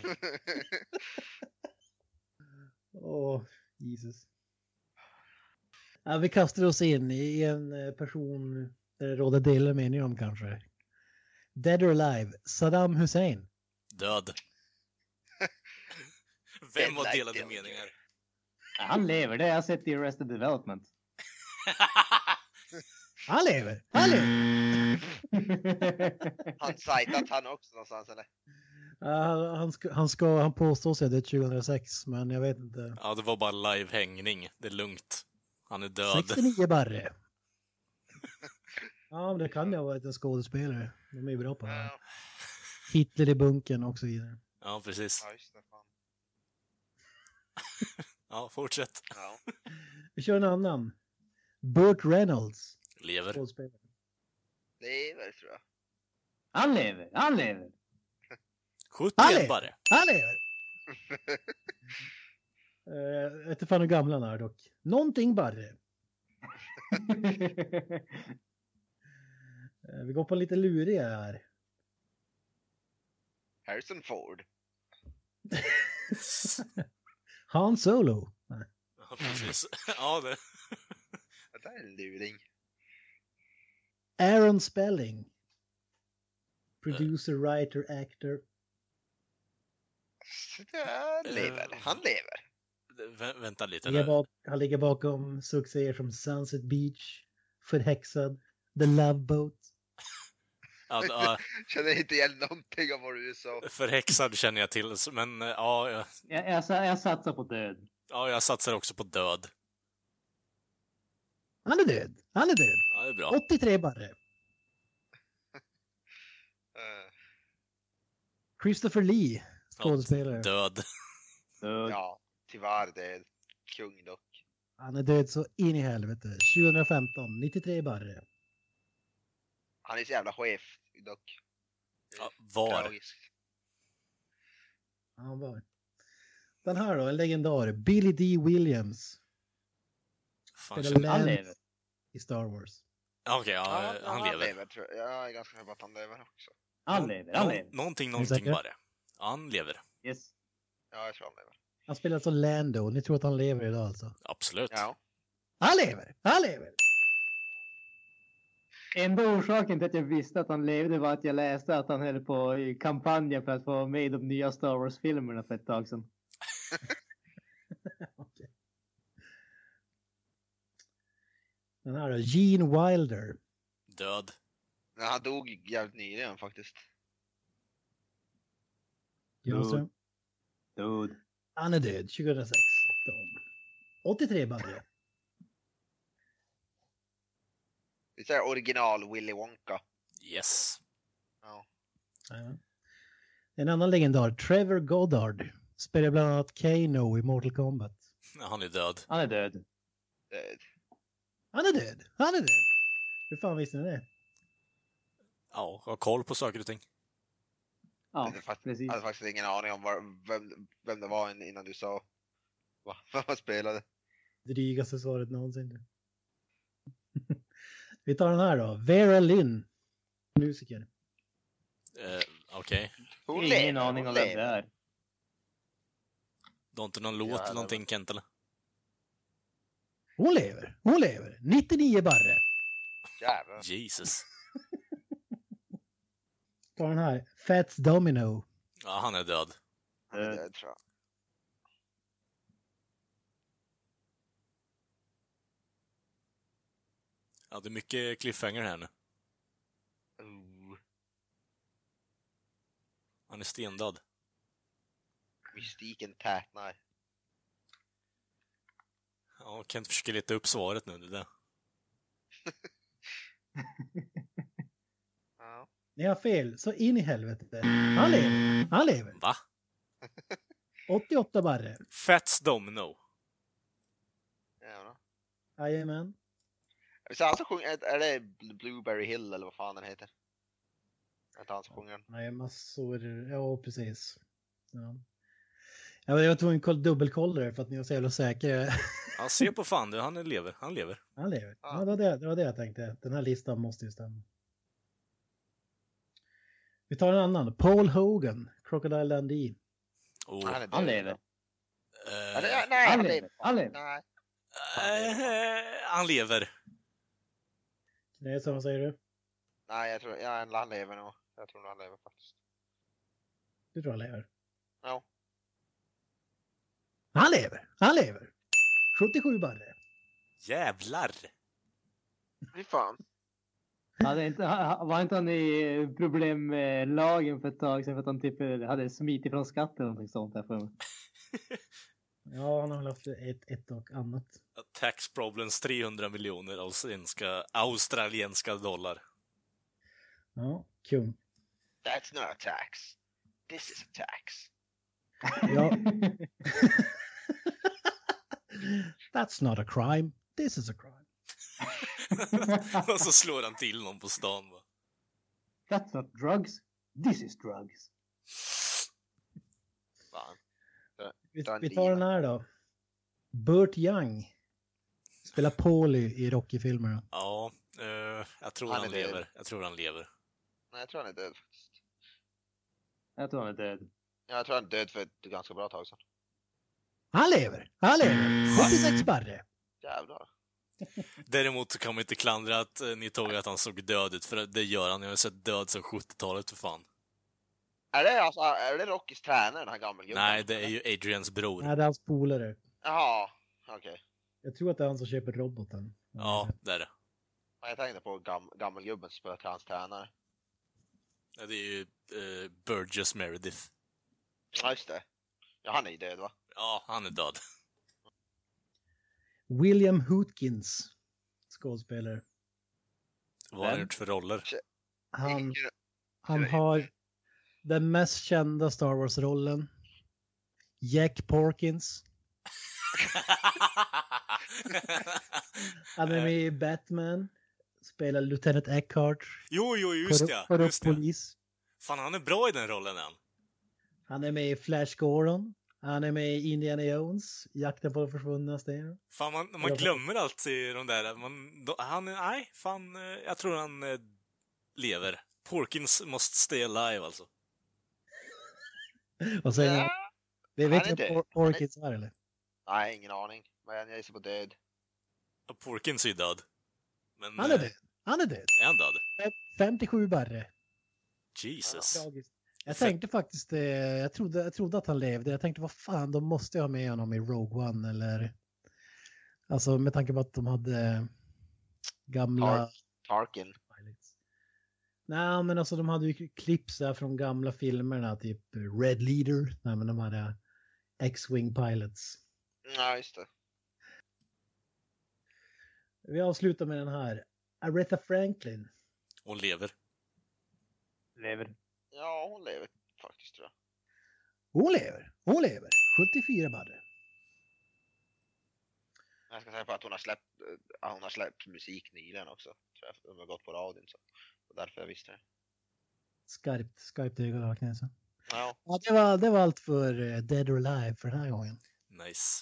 Speaker 5: Åh, Jesus. Ja, vi kastar oss in i en person där det råder delade meningar om kanske. Dead or Alive, Saddam Hussein.
Speaker 3: Död. Vem har delade meningar?
Speaker 4: Han lever, det har jag sett i Arrested Development.
Speaker 5: Han lever! Han lever!
Speaker 1: Han sajtat han också någonstans eller?
Speaker 5: Han påstår sig det 2006, men jag vet inte.
Speaker 3: Ja, det var bara live-hängning. Det är lugnt. Han är död.
Speaker 5: 69 barre. Ja, men det kan ju ha varit en skådespelare. De är ju bra på det här.
Speaker 1: Ja.
Speaker 5: Hitler i bunkern och så vidare.
Speaker 3: Ja, precis.
Speaker 1: Ja, just det, fan.
Speaker 3: Ja, fortsätt.
Speaker 1: Ja.
Speaker 5: Vi kör en annan. Burt Reynolds.
Speaker 3: Lever.
Speaker 5: Skådespelare.
Speaker 1: Lever tror jag.
Speaker 4: Han lever, han lever.
Speaker 3: 71 bara.
Speaker 5: Han lever! Jag vet inte fan hur gamla han är dock. Någonting barre. Vi går på lite luriga här.
Speaker 1: Harrison Ford.
Speaker 5: Han Solo. Nej.
Speaker 3: Ja, precis. Ja, det.
Speaker 1: Det är en luring.
Speaker 5: Aaron Spelling. Producer, writer, actor.
Speaker 1: Han lever.
Speaker 3: Vänta lite
Speaker 5: Han
Speaker 3: nu.
Speaker 5: ligger bakom succéer som Sunset Beach, Förhäxad, The Love Boat.
Speaker 3: Ja,
Speaker 1: Känner inte igen någonting av vad du sa.
Speaker 3: förhäxad känner jag till, men ja,
Speaker 4: Jag satsar på död.
Speaker 3: ja, jag satsar också på död.
Speaker 5: Han är död. Han är död.
Speaker 3: Ja, det är bra.
Speaker 5: 83 barre. Christopher Lee, skådespelare.
Speaker 3: Död.
Speaker 1: Ja, tyvärr det är kung dock.
Speaker 5: Han är död så in i helvete. 2015, 93 barre.
Speaker 1: Han är så jävla chef dock.
Speaker 3: Ja, var.
Speaker 1: Tragisk.
Speaker 5: Han var. Den här då, en legendar. Billy D. Williams.
Speaker 3: Fan,
Speaker 5: Spelar
Speaker 4: Han
Speaker 5: Lance
Speaker 4: lever.
Speaker 5: i Star Wars.
Speaker 3: Okej, ja, han lever.
Speaker 1: Tror jag. Jag är ganska säker på att han lever också.
Speaker 4: Han lever.
Speaker 3: Någonting
Speaker 5: säker?
Speaker 3: bara. Han lever.
Speaker 4: Yes.
Speaker 1: Ja, jag tror han lever.
Speaker 5: Han spelar alltså Lando. Ni tror att han lever idag alltså?
Speaker 3: Absolut.
Speaker 1: Ja.
Speaker 5: Han lever! Han lever!
Speaker 4: Enda orsaken till att jag visste att han levde var att jag läste att han höll på i kampanjen för att få med i de nya Star Wars-filmerna för ett tag sedan.
Speaker 5: Okay. Den här då, Gene Wilder.
Speaker 3: Död.
Speaker 1: Ja, han dog jävligt nyligen faktiskt.
Speaker 5: Granström.
Speaker 4: Dude.
Speaker 5: Han är död 2016. 83 barre.
Speaker 1: Det är original Willy Wonka.
Speaker 3: Yes.
Speaker 1: Ja.
Speaker 5: Ja. En annan legendar, Trevor Goddard. Spelar bland annat Kano i Mortal Kombat.
Speaker 3: Han är död.
Speaker 4: Han är död.
Speaker 1: Död.
Speaker 5: Han är död! Han är död! Hur fan visste ni det?
Speaker 3: Ja, har koll på saker och ting.
Speaker 4: Ja,
Speaker 1: Jag
Speaker 4: precis.
Speaker 1: hade faktiskt ingen aning om vem det var innan du sa vad man spelade.
Speaker 5: Drygaste svaret någonsin. Vi tar den här då. Vera Lynn. Musiker.
Speaker 3: Okej.
Speaker 1: Hon
Speaker 4: Ingen
Speaker 1: lever,
Speaker 4: aning
Speaker 1: hon
Speaker 4: om vem
Speaker 1: lever.
Speaker 4: det är.
Speaker 3: Du har inte någon låt eller någonting, Kent, eller?
Speaker 5: Hon lever. Hon lever. 99 barre.
Speaker 1: Jävlar.
Speaker 3: Jesus.
Speaker 5: Ta den här. Fats Domino.
Speaker 3: Ja, han är död.
Speaker 1: Han är död, tror jag.
Speaker 3: Ja, det är mycket cliffhanger här nu. Han är stendöd.
Speaker 1: Mystiken tätnar.
Speaker 3: Ja, Kent försöker leta upp svaret nu, det där.
Speaker 1: Ja.
Speaker 5: Ni har fel. Så in i helvete. Han lever. Han lever.
Speaker 3: Va?
Speaker 5: 88 barre.
Speaker 3: Fats Domino.
Speaker 1: Jävlar.
Speaker 5: Jajamän.
Speaker 1: Så han som sjunger, är det Blueberry Hill eller vad fan den heter? Är det han som sjunger den?
Speaker 5: Nej, massor. Ja, precis. Ja. Jag var tvungen att dubbelkolla det för att ni var så jävla säkra.
Speaker 3: Ja, se på fan du, han lever. Han lever.
Speaker 5: Han lever.
Speaker 1: Ja.
Speaker 5: Ja, det var det jag tänkte. Den här listan måste ju stämma. Vi tar en annan. Paul Hogan. Crocodile Dundee.
Speaker 3: Oh.
Speaker 1: Han är död.
Speaker 4: Han lever.
Speaker 1: Nej,
Speaker 4: Han
Speaker 1: han
Speaker 4: lever.
Speaker 1: lever.
Speaker 4: Han lever.
Speaker 1: Nej.
Speaker 3: Han lever.
Speaker 5: Det är så, vad säger du?
Speaker 1: Nej, jag tror han lever nog. Jag tror han lever faktiskt.
Speaker 5: Du tror han lever?
Speaker 1: Ja.
Speaker 5: Han lever! Han lever! 77 barre.
Speaker 3: Jävlar.
Speaker 1: Fy fan.
Speaker 4: Var inte han i problem med lagen för ett tag sedan för att han typ hade smitit från skatten eller någonting sånt där för mig?
Speaker 5: Ja, han har väl haft ett och annat.
Speaker 3: Tax problems 300 miljoner australienska dollar.
Speaker 5: Ja, kung.
Speaker 1: That's not a tax. This is a tax.
Speaker 5: Ja. That's not a crime. This is a crime.
Speaker 3: Och så slår han till någon på stan, va?
Speaker 4: That's not drugs. This is drugs.
Speaker 1: Fan.
Speaker 5: Vi tar den här då. Burt Young. Spelar Paulie i Rocky-filmerna.
Speaker 3: Ja. Jag tror
Speaker 1: Han
Speaker 3: han
Speaker 1: är död.
Speaker 3: lever. Jag tror han lever.
Speaker 1: Nej, jag tror han är död faktiskt.
Speaker 4: Jag tror han är död.
Speaker 1: Ja, jag tror han är död för ett ganska bra tag sedan.
Speaker 5: Han lever. 76 barre.
Speaker 1: Jävlar.
Speaker 3: Däremot så kan man inte klandra att ni tog att han såg död ut, för det gör han. Jag har sett död sedan 70-talet, för fan.
Speaker 1: Är det Rockys tränare, den här gammelgubben?
Speaker 3: Nej, det är ju Adrians bror.
Speaker 5: Nej, det är hans polare.
Speaker 1: Jaha, okej.
Speaker 5: Jag tror att det är han som köper roboten.
Speaker 3: Ja, det är det.
Speaker 1: Jag tänkte på gammelgubben som spelar hans tränare.
Speaker 3: Ja, det är ju Burgess Meredith.
Speaker 1: Ja, just det. Ja, han är ju död, va?
Speaker 3: Ja, han är död.
Speaker 5: William Hootkins, skådespelare.
Speaker 3: Vad har han gjort för roller?
Speaker 5: Han har den mest kända Star Wars-rollen. Jack Porkins. Han är med i Batman. Spelar Lieutenant Eckhart.
Speaker 3: Jo, just det.
Speaker 5: Polis.
Speaker 3: Fan, han är bra i den rollen än.
Speaker 5: Han är med i Flash Gordon. Han är med i Indiana Jones. Jakten på de försvunna sten.
Speaker 3: Fan, man glömmer alltid de där. Jag tror han lever. Porkins måste stay alive, alltså.
Speaker 5: Vad säger du? Det vet
Speaker 1: Han är
Speaker 5: du
Speaker 1: död.
Speaker 5: vad Porkins är, eller?
Speaker 1: Nej, ingen aning. Men jag gissar på död.
Speaker 3: Ja, Porkins är ju död. Men,
Speaker 5: Han är död. Han är död.
Speaker 3: Är han död?
Speaker 5: 57 barre.
Speaker 3: Jesus.
Speaker 5: Tragiskt. Jag tänkte faktiskt, jag trodde att han levde. Jag tänkte, vad fan, de måste ha med honom i Rogue One, eller... Alltså, med tanke på att de hade gamla...
Speaker 1: Tarkin.
Speaker 5: Nej, men alltså de hade ju clips där från gamla filmerna, typ Red Leader. Nej, men de hade X-Wing Pilots.
Speaker 1: Ja, just det.
Speaker 5: Vi avslutar med den här. Aretha Franklin.
Speaker 3: Hon lever.
Speaker 4: Lever.
Speaker 1: Ja, hon lever faktiskt, tror jag.
Speaker 5: Hon lever. 74 barre.
Speaker 1: Jag ska säga på att hon har släppt musik nyligen också. Tror jag. De har gått på radion, så. Och därför jag visste det.
Speaker 5: Skarpt öga vaknade.
Speaker 1: Ja.
Speaker 5: Ja, det var allt för Dead or Alive för den här gången.
Speaker 3: Nice.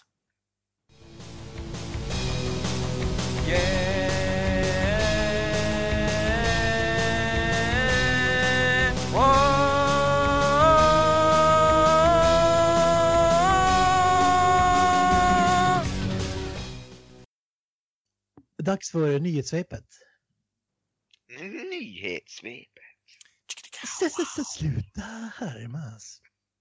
Speaker 5: Dags för nyhetssvepet.
Speaker 1: Nyhetssvepet.
Speaker 5: Sluta härmas.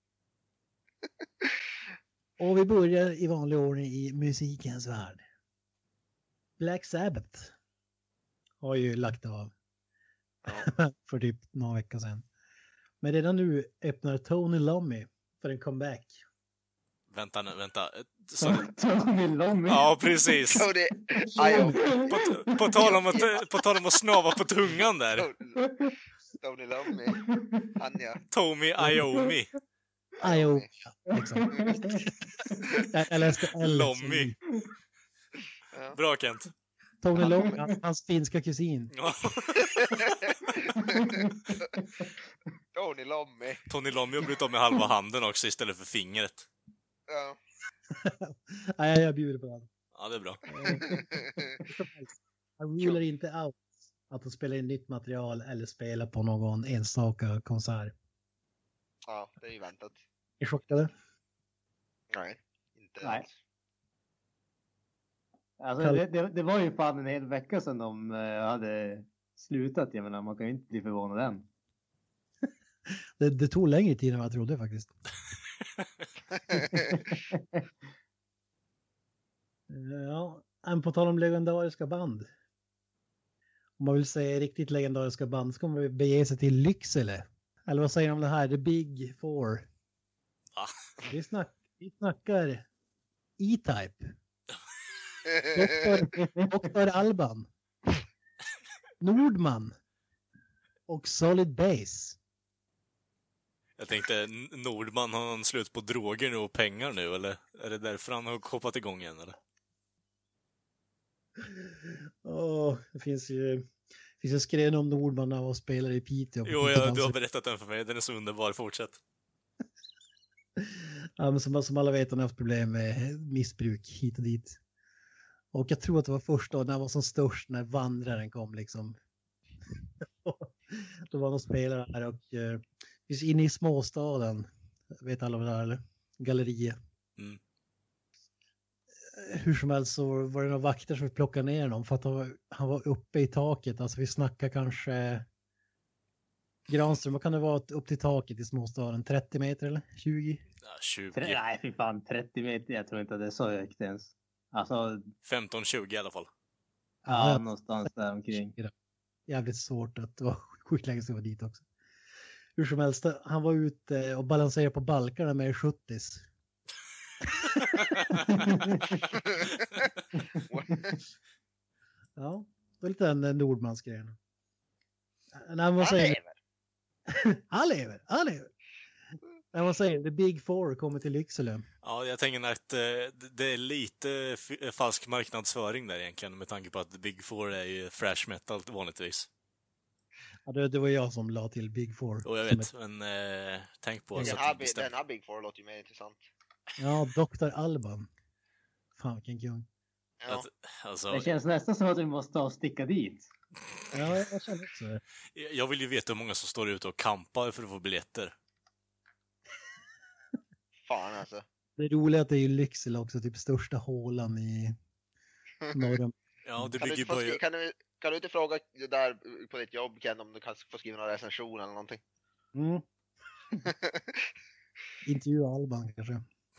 Speaker 5: Och vi börjar i vanlig ordning i musikens värld. Black Sabbath har ju lagt av för typ några veckor sedan. Men redan nu öppnar Tony Iommi för en comeback.
Speaker 3: Vänta.
Speaker 4: Tony Iommi.
Speaker 3: Ja, precis.
Speaker 1: Tony
Speaker 3: På tal om att snava på tungan där.
Speaker 1: Tony Iommi. Anja.
Speaker 3: Tommy Iommi.
Speaker 5: Iommi, liksom. Jag läste
Speaker 3: Lommi. Bra, Kent.
Speaker 5: Tony Iommi, hans finska kusin.
Speaker 3: Ja.
Speaker 1: Tony Iommi.
Speaker 3: Tony Iommi har blivit av med halva handen också istället för fingret.
Speaker 1: Ja.
Speaker 5: Nej, jag bjuder på det.
Speaker 3: Ja, det är bra.
Speaker 5: Han rular inte out att de spelar in nytt material eller spelar på någon enstaka konsert.
Speaker 1: Ja, det är ju väntat.
Speaker 5: Är chockade?
Speaker 1: Nej, inte
Speaker 4: Nej.
Speaker 1: alls.
Speaker 4: Alltså, det var ju fan en hel vecka sedan de hade slutat. Jag menar, man kan ju inte bli förvånad än.
Speaker 5: Det tog längre tid än vad jag trodde faktiskt. Ja, men på tal om legendariska band. Om man vill säga riktigt legendariska band så kommer vi bege sig till Lycksele. Eller vad säger de om det här? The Big Four.
Speaker 3: Va?
Speaker 5: Vi snackar E-Type. Dr. Alban. Nordman. Och Solid Base.
Speaker 3: Jag tänkte, Nordman, har han slut på droger nu och pengar nu, eller? Är det därför han har hoppat igång igen, eller?
Speaker 5: Det finns ju en skren om Nordman när han spelar i Piteå.
Speaker 3: Jo, du har berättat den för mig. Den är så underbar. Fortsätt.
Speaker 5: Ja, men som alla vet, han har haft problem med missbruk hit och dit. Och jag tror att det var först då när han var som störst när Vandraren kom liksom Då var de spelare här och vi är inne i småstaden. Vet alla vad det är, eller? Galleriet.
Speaker 3: Mm.
Speaker 5: Hur som helst så var det några vakter som plockade ner honom för att han var uppe i taket. Alltså vi snackar kanske... Granström, vad kan det vara upp till taket i småstaden? 30 meter eller 20?
Speaker 3: Ja, 20.
Speaker 4: Nej, fy fan, 30 meter. Jag tror inte att det är så högt ens. Alltså,
Speaker 3: 15-20 i alla fall.
Speaker 4: ja, någonstans där omkring.
Speaker 5: Jävligt svårt att det var sjukt länge sedan jag var dit också. Hur som helst, han var ute och balanserade på balkarna med 70s. Ja, det är lite en Nordmansgrej. När man säger... Han lever. När man säger The Big Four kommer till Lycksele.
Speaker 3: Ja, jag tänker att det är lite falsk marknadsföring där egentligen med tanke på att The Big Four är ju thrash metal vanligtvis.
Speaker 5: Ja, det var jag som la till Big Four.
Speaker 3: Och jag vet, men tänk på...
Speaker 1: Den här Big Four låter ju mer intressant.
Speaker 5: Ja, Dr. Alban. Fan, vilken kung.
Speaker 1: Ja.
Speaker 3: Alltså,
Speaker 4: Det känns nästan som att vi måste ta och sticka dit.
Speaker 5: Ja, jag känner också det.
Speaker 3: jag vill ju veta hur många som står ute och kampar för att få biljetter.
Speaker 1: Fan alltså.
Speaker 5: Det roliga är att det är ju Lycksele också, typ största hålan i norra.
Speaker 3: Ja, det
Speaker 1: Kan
Speaker 3: bygger
Speaker 1: du,
Speaker 3: på...
Speaker 1: kan du inte fråga där på ditt jobb, Ken, om du kan få skriva någon recension eller någonting?
Speaker 5: Mm. Intervjua Alban kanske.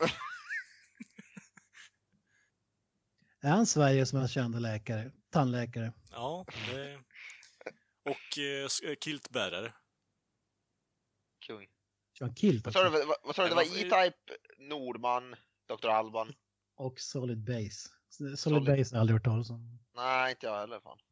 Speaker 5: Är han Sveriges mest kända läkare? Tandläkare?
Speaker 3: Ja, det... Och kiltbärare.
Speaker 1: Kung.
Speaker 5: Kör han kilt
Speaker 1: Vad
Speaker 5: också?
Speaker 1: sa du? Det var E-Type, Nordman, Dr. Alban.
Speaker 5: Och Solid Base. Solid Base har jag aldrig hört talas om.
Speaker 1: Nej, inte jag heller fan.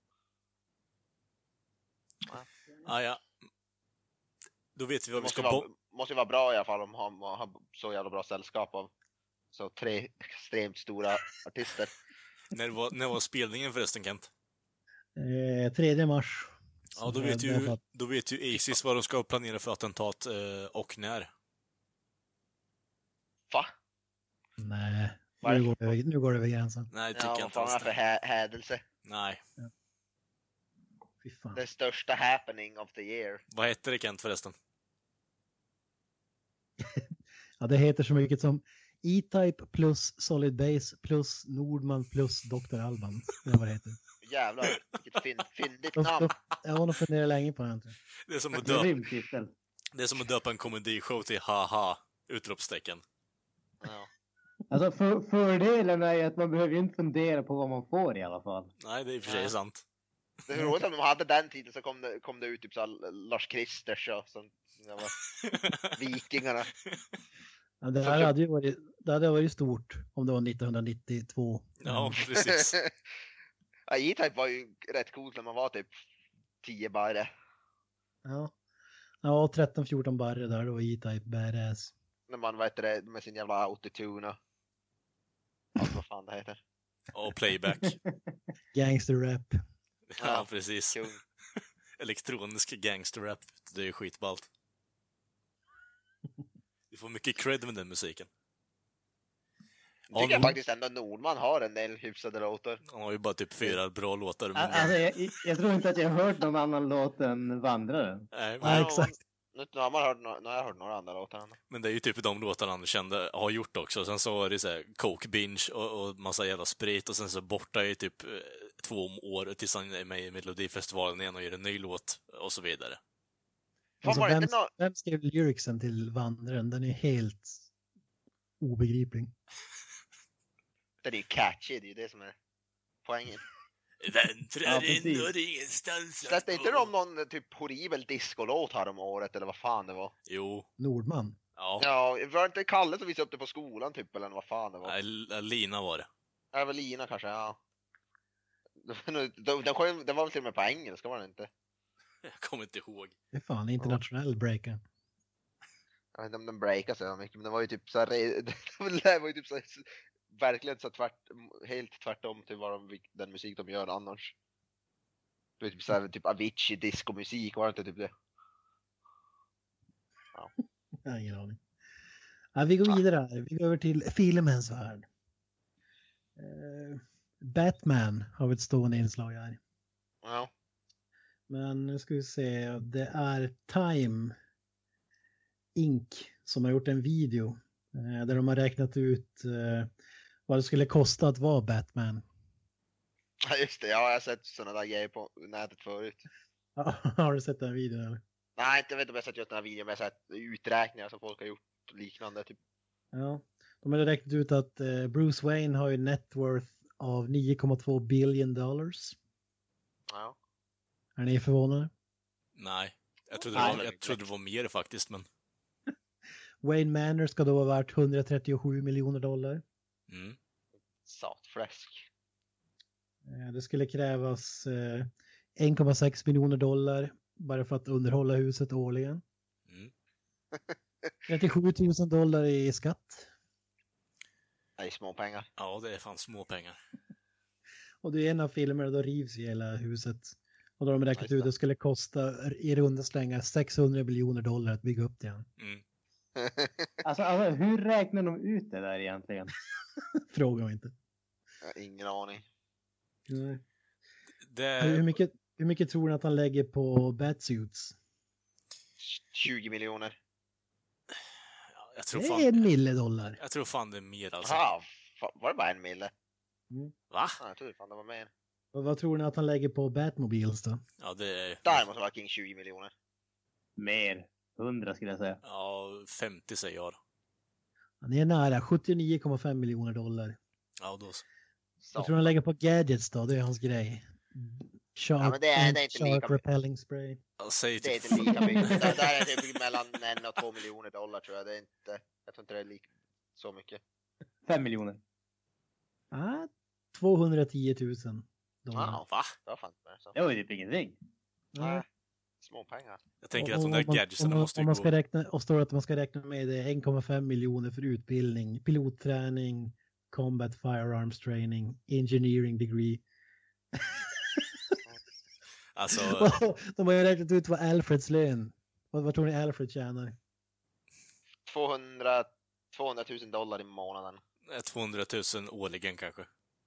Speaker 3: Ah, ja. Då vet vi vad vi
Speaker 1: Måste
Speaker 3: ska...
Speaker 1: måste ju vara bra i alla fall om han har så jävla bra sällskap av så 3 extremt stora artister.
Speaker 3: När var spelningen förresten, Kent?
Speaker 5: 3 mars.
Speaker 3: Ja, då vet ju Aces vad de ska planera för attentat och när.
Speaker 1: Va?
Speaker 5: Nej,
Speaker 1: Varför?
Speaker 5: nu går det över gränsen.
Speaker 3: Nej, det tycker
Speaker 1: Ja,
Speaker 3: jag
Speaker 1: vad
Speaker 3: inte
Speaker 1: fan är
Speaker 3: alls.
Speaker 1: det för hädelse?
Speaker 3: Nej.
Speaker 5: Fy fan.
Speaker 1: Den största happening of the year.
Speaker 3: Vad heter det, Kent, förresten?
Speaker 5: Ja, det heter så mycket som E-Type plus Solid Base plus Nordman plus Dr. Alban. Det är vad det heter.
Speaker 1: Jävlar, vilket fyndigt namn.
Speaker 5: Jag har nog funderat länge på det.
Speaker 3: Det är som att
Speaker 4: Grym titel.
Speaker 3: det är som att döpa en komedishow till haha, utropstecken.
Speaker 1: Ja.
Speaker 4: Alltså fördelen är ju att man behöver ju inte fundera på vad man får i alla fall.
Speaker 3: Nej, det är i och för sig sant.
Speaker 1: Det är roligt att de hade den tiden så kom det ut typ så här Lars Kristers och sånt. Vikingarna.
Speaker 5: Ja, det hade varit stort om det var 1992.
Speaker 3: Ja, precis.
Speaker 1: Ja, E-Type var ju rätt coolt när man var typ 10 barre.
Speaker 5: Ja, 13-14 barre där, då var E-Type badass.
Speaker 1: När man vet det med sin jävla autotune och allt vad fan det heter.
Speaker 3: Och playback.
Speaker 5: Gangster rap.
Speaker 3: Ja, precis.
Speaker 1: Kung.
Speaker 3: Elektronisk gangsterrap. Det är ju skitballt. Du får mycket cred med den musiken.
Speaker 1: Jag tycker faktiskt ändå Nordman har en del hyfsade låtar.
Speaker 3: Han har ju bara typ 4 bra låtar. Men...
Speaker 4: Alltså, jag tror inte att jag har hört någon annan låt än Vandraren.
Speaker 3: Nej,
Speaker 5: Ja, exakt.
Speaker 1: Nu har jag hört några andra låtar.
Speaker 3: men det är ju typ de låtarna han kände har gjort också. Sen så var det så här coke binge och massa jävla sprit och sen så borta i typ 2 år tills han är med i Melodifestivalen igen och gör en ny låt och så vidare.
Speaker 1: Fan,
Speaker 5: Alltså,
Speaker 1: var det inte
Speaker 5: vem skrev lyricsen till Vandraren? Den är helt obegriplig.
Speaker 1: Det är ju catchy, det är ju det som är poängen.
Speaker 3: Väntrar in och ingenstans.
Speaker 1: Släppte inte de någon typ horribel discolåt här om året eller vad fan det var?
Speaker 3: Jo.
Speaker 5: Nordman.
Speaker 3: Ja.
Speaker 1: Ja, var det inte Kalle som visade upp det på skolan typ eller vad fan det var?
Speaker 3: Nej, Lina var det.
Speaker 1: Evelina kanske, ja. Den var väl till och med på engelska, var den inte?
Speaker 3: Jag kommer inte ihåg.
Speaker 5: Det är fan internationell breaker.
Speaker 1: Jag vet inte om den breakade så mycket, men det var ju typ så här, det var ju typ så här, verkligen så helt tvärtom till vad den musik de gör annars. Det var typ så här, typ Avicii discomusik, var det inte typ det? Ja.
Speaker 5: Jag har ingen aning. Ja, vi går vidare här. Vi går över till filmens värld. Batman har vi ett stående inslag här.
Speaker 1: Ja.
Speaker 5: Men nu ska vi se, det är Time Inc. som har gjort en video där de har räknat ut vad det skulle kosta att vara Batman.
Speaker 1: Ja, just det. Ja, jag har sett sådana där grejer på nätet förut.
Speaker 5: Har du sett den videon eller?
Speaker 1: Nej, inte vet om jag har sett just den här videon, men jag har sett uträkningar som folk har gjort liknande. Typ.
Speaker 5: Ja, de har räknat ut att Bruce Wayne har ju net worth av $9,2 billion.
Speaker 1: Ja.
Speaker 5: Är ni förvånade?
Speaker 3: Nej, jag trodde det var mer faktiskt, men...
Speaker 5: Wayne Manor ska då vara värt $137 miljoner.
Speaker 3: Mm.
Speaker 1: Satfläsk.
Speaker 5: Det skulle krävas $1,6 miljoner bara för att underhålla huset årligen.
Speaker 3: Mm.
Speaker 5: $37 000 i skatt.
Speaker 1: Nej, små pengar.
Speaker 3: Ja, det är fan små pengar.
Speaker 5: Och det är en av filmerna då rivs ju hela huset. Och då har de räknat ut att det skulle kosta i runda slängar $600 miljoner att bygga upp det igen.
Speaker 3: Mm.
Speaker 4: Alltså, hur räknar de ut det där egentligen?
Speaker 5: Fråga mig inte.
Speaker 1: Ingen aning.
Speaker 5: Nej.
Speaker 3: Det...
Speaker 5: Hur mycket tror ni att han lägger på Batsuits?
Speaker 1: 20 miljoner.
Speaker 3: Jag tror
Speaker 5: Det
Speaker 3: fan...
Speaker 5: är $1 miljon.
Speaker 3: Jag tror fan det är mer alltså.
Speaker 1: Jaha, var det bara 1 mille?
Speaker 3: Va?
Speaker 1: Ja, jag tror fan det var mer.
Speaker 5: Och vad tror ni att han lägger på Batmobiles då?
Speaker 3: Ja, det är...
Speaker 1: Där måste vara kring 20 miljoner.
Speaker 4: Mer. 100 skulle jag säga.
Speaker 3: Ja, 50 säger jag då.
Speaker 5: Han är nära $79,5 miljoner.
Speaker 3: Ja, då så.
Speaker 5: Jag tror han lägger på gadgets då, det är hans grej. Shark,
Speaker 1: Ja, men det är inte
Speaker 5: shark
Speaker 1: lika mycket.
Speaker 5: repelling spray.
Speaker 3: Jag säger
Speaker 1: Det är
Speaker 3: typ...
Speaker 1: inte lika mycket. Det där är typ mellan 1 och 2 miljoner dollar tror jag. Det är inte, jag tror inte det är så mycket.
Speaker 4: 5 miljoner.
Speaker 5: Ah, $210 000.
Speaker 1: Wow,
Speaker 3: Va?
Speaker 1: det var fan inte mer så.
Speaker 4: Det var ju typ ingenting.
Speaker 1: Nej, små pengar.
Speaker 3: Jag tänker att de där gadgetsen måste ju
Speaker 5: man
Speaker 3: gå...
Speaker 5: ska räkna, och står att man ska räkna med det 1,5 miljoner för utbildning, pilotträning, combat firearms training, engineering degree.
Speaker 3: Alltså...
Speaker 5: De har ju räknat ut vad Alfreds lön. Vad tror ni Alfred tjänar?
Speaker 1: 200 000 dollar i månaden.
Speaker 3: 200 000 årligen kanske.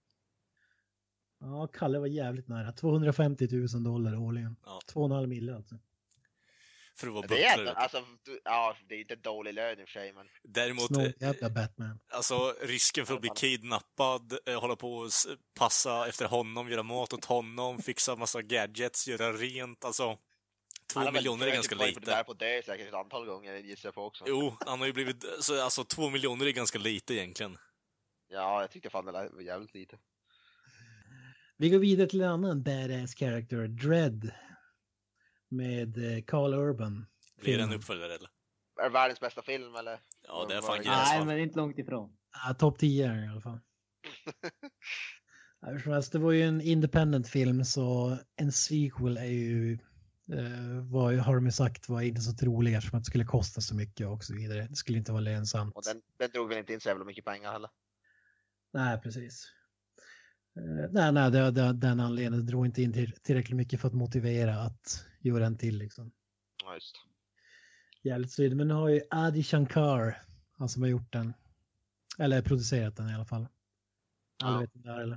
Speaker 5: Ja, Kalle var jävligt nära. $250 000 årligen.
Speaker 3: Ja.
Speaker 5: 2,5 miljoner alltså.
Speaker 3: För att vara
Speaker 1: Det är
Speaker 3: butler.
Speaker 1: alltså, ja, det är inte dålig lön i och för sig, men...
Speaker 3: Däremot,
Speaker 5: Jävla Batman.
Speaker 3: alltså risken för att bli kidnappad, hålla på och passa efter honom, göra mat åt honom, fixa massa gadgets, göra rent, alltså 2 miljoner är ganska lite.
Speaker 1: Det där på det säkert ett antal gånger, gissar jag på också.
Speaker 3: Jo, han har ju blivit, alltså 2 miljoner är ganska lite egentligen.
Speaker 1: Ja, jag tyckte fan det var jävligt lite.
Speaker 5: Vi går vidare till en annan badass character, Dredd. Med Carl Urban.
Speaker 3: Blir det en uppföljare eller?
Speaker 1: Är det världens bästa film eller?
Speaker 3: Ja, det är fan
Speaker 4: Nej,
Speaker 3: gräns.
Speaker 4: men inte långt ifrån.
Speaker 5: Topp 10 är det i alla fall. Det var ju en independent film så en sequel är ju vad har de sagt var inte så troligt eftersom att det skulle kosta så mycket och så vidare. Det skulle inte vara lönsamt.
Speaker 1: Och den drog väl inte in så jävla mycket pengar heller?
Speaker 5: Nej, precis. Nej, den anledningen drog inte in tillräckligt mycket för att motivera att göra en till liksom.
Speaker 1: Ja, just.
Speaker 5: Jävligt syd. Men nu har ju Adi Shankar, han som har gjort den. Eller producerat den i alla fall. Alla vet inte där eller?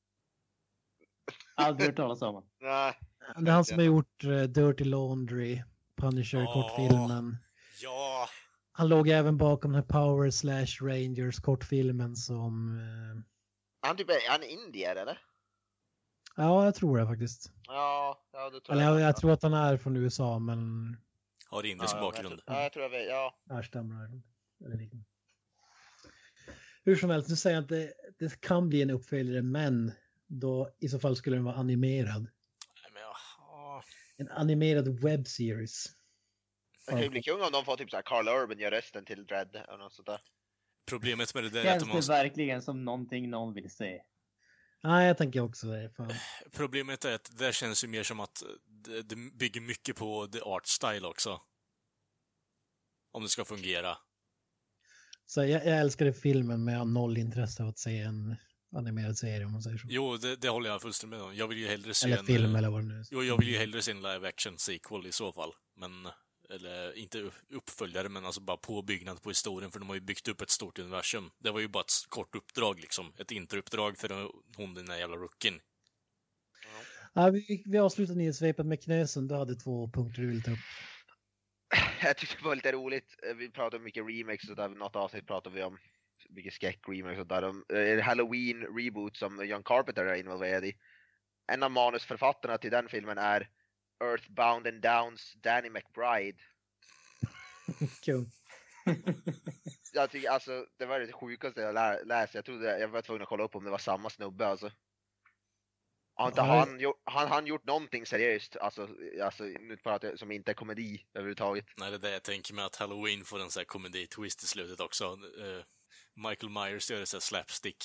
Speaker 4: Aldrig hört talas om.
Speaker 1: Nej.
Speaker 5: Det är han som har gjort Dirty Laundry, Punisher-kortfilmen.
Speaker 3: Ja.
Speaker 5: Han låg även bakom den här Power / Rangers-kortfilmen som...
Speaker 1: Han är indier eller?
Speaker 5: Ja, jag tror det faktiskt.
Speaker 1: Ja, det tror
Speaker 5: Eller jag tror att han är från USA, men...
Speaker 3: Har indisk bakgrund.
Speaker 1: Ja, jag tror jag vet, ja.
Speaker 5: Här stämmer det. Eller liknande. Hur som helst, nu säger jag att det kan bli en uppföljare, men då i så fall skulle den vara animerad.
Speaker 3: Nej, men ja.
Speaker 5: En animerad webbseries.
Speaker 1: Det kan ju bli kung om de får typ såhär Carl Urban gör rösten till Dredd eller något sånt där.
Speaker 3: Problemet med det där är att
Speaker 4: Känns det verkligen som någonting någon vill se?
Speaker 5: Nej, jag tänker också det. Fan.
Speaker 3: Problemet är att det känns ju mer som att det bygger mycket på the art style också. Om det ska fungera.
Speaker 5: Så jag älskade filmen, men jag har noll intresse av att se en animerad serie om man säger så.
Speaker 3: Jo, det håller jag fullständigt med om. Jag vill ju hellre se
Speaker 5: Eller film eller vad det nu är.
Speaker 3: Jo, jag vill ju hellre se en live action sequel i så fall. Men, eller inte uppföljare, men alltså bara påbyggnad på historien, för de har ju byggt upp ett stort universum. Det var ju bara ett kort uppdrag liksom. Ett interuppdrag för hon den där jävla rookien.
Speaker 5: Ja, vi avslutar nyhetssvepet med Knösen. Du hade 2 punkter du ville ta upp.
Speaker 1: Jag tyckte det var lite roligt. Vi pratade om mycket remakes och där något avsnitt pratade vi om mycket skräck-remakes och där. Halloween reboot som John Carpenter är involverad i. En av manusförfattarna till den filmen är Earthbound and Downs Danny McBride.
Speaker 5: Kul.
Speaker 1: Jag tycker alltså det var det sjukaste jag läste. Jag var tvungen att kolla upp om det var samma snubbe alltså. Har inte han gjort någonting seriöst? Alltså nu pratar jag som inte är komedi överhuvudtaget.
Speaker 3: Nej, det är det jag tänker med att Halloween får en sån här komedi-twist i slutet också. Michael Myers gör det så här slapstick.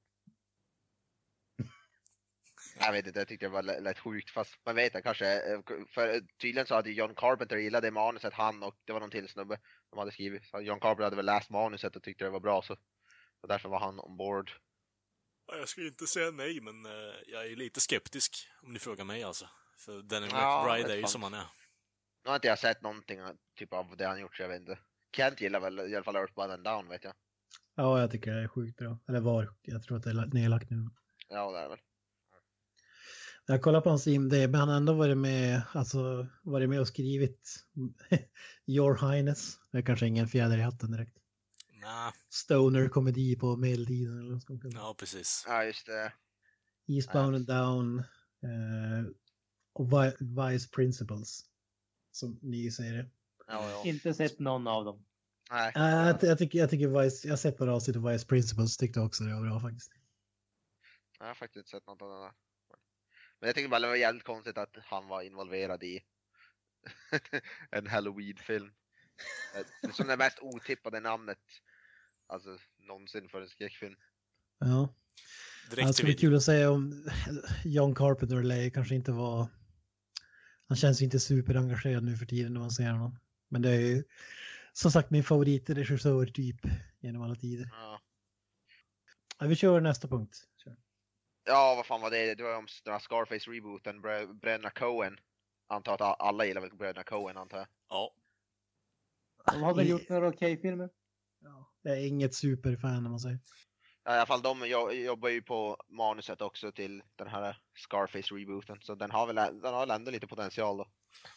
Speaker 1: Jag vet inte, jag tyckte det var lätt sjukt, fast man vet att kanske, för tydligen så hade John Carpenter gillat det manuset, han och det var någon till snubbe de hade skrivit. Så John Carpenter hade väl läst manuset och tyckte det var bra, så därför var han ombord.
Speaker 3: Jag skulle inte säga nej, men jag är lite skeptisk om ni frågar mig alltså. För Danny McBride är ju som han är.
Speaker 1: Nu har inte jag sett någonting typ av det han gjort, så jag vet inte. Kent gillar väl i alla fall Earthbound and Down, vet jag.
Speaker 5: Ja, jag tycker det är sjukt bra. Eller jag tror att det är nedlagt nu.
Speaker 1: Ja, det är väl.
Speaker 5: Jag kollar på hans IMDb, men han har ändå varit med och skrivit Your Highness. Det är kanske ingen fjäder i hatten direkt.
Speaker 3: Nah.
Speaker 5: Stoner-komedi på medeltiden. Eller vad ska man kalla.
Speaker 3: Ja, precis.
Speaker 1: Ja, just det.
Speaker 5: Eastbound and Down och Vice Principles, som ni säger det.
Speaker 1: Ja.
Speaker 4: Inte sett någon av dem.
Speaker 1: Nej.
Speaker 5: Jag tycker Vice, jag har sett några avsnitt av Vice Principles, tyckte också det var bra faktiskt.
Speaker 1: Jag har faktiskt inte sett något av det där. Men jag tycker bara det var jävligt konstigt att han var involverad i en Halloween-film. Som det mest otippade namnet alltså någonsin för en skräckfilm.
Speaker 5: Ja. Det skulle vara kul att säga om John Carpenter lär kanske inte var... Han känns inte superengagerad nu för tiden när man ser honom. Men det är ju som sagt min favoritregissör typ genom alla tider.
Speaker 1: Ja.
Speaker 5: Ja, vi kör nästa punkt. Kör.
Speaker 1: Ja, vad fan var det? Det var om den här Scarface-rebooten, Bröderna Coen. Antar att alla gillar väl Bröderna Coen, antar jag.
Speaker 3: Ja.
Speaker 4: De har väl gjort några okej-filmer?
Speaker 5: Ja, jag är inget superfan när man säger.
Speaker 1: Ja, i alla fall de jobbar ju på manuset också till den här Scarface-rebooten. Så den har väl ändå lite potential då.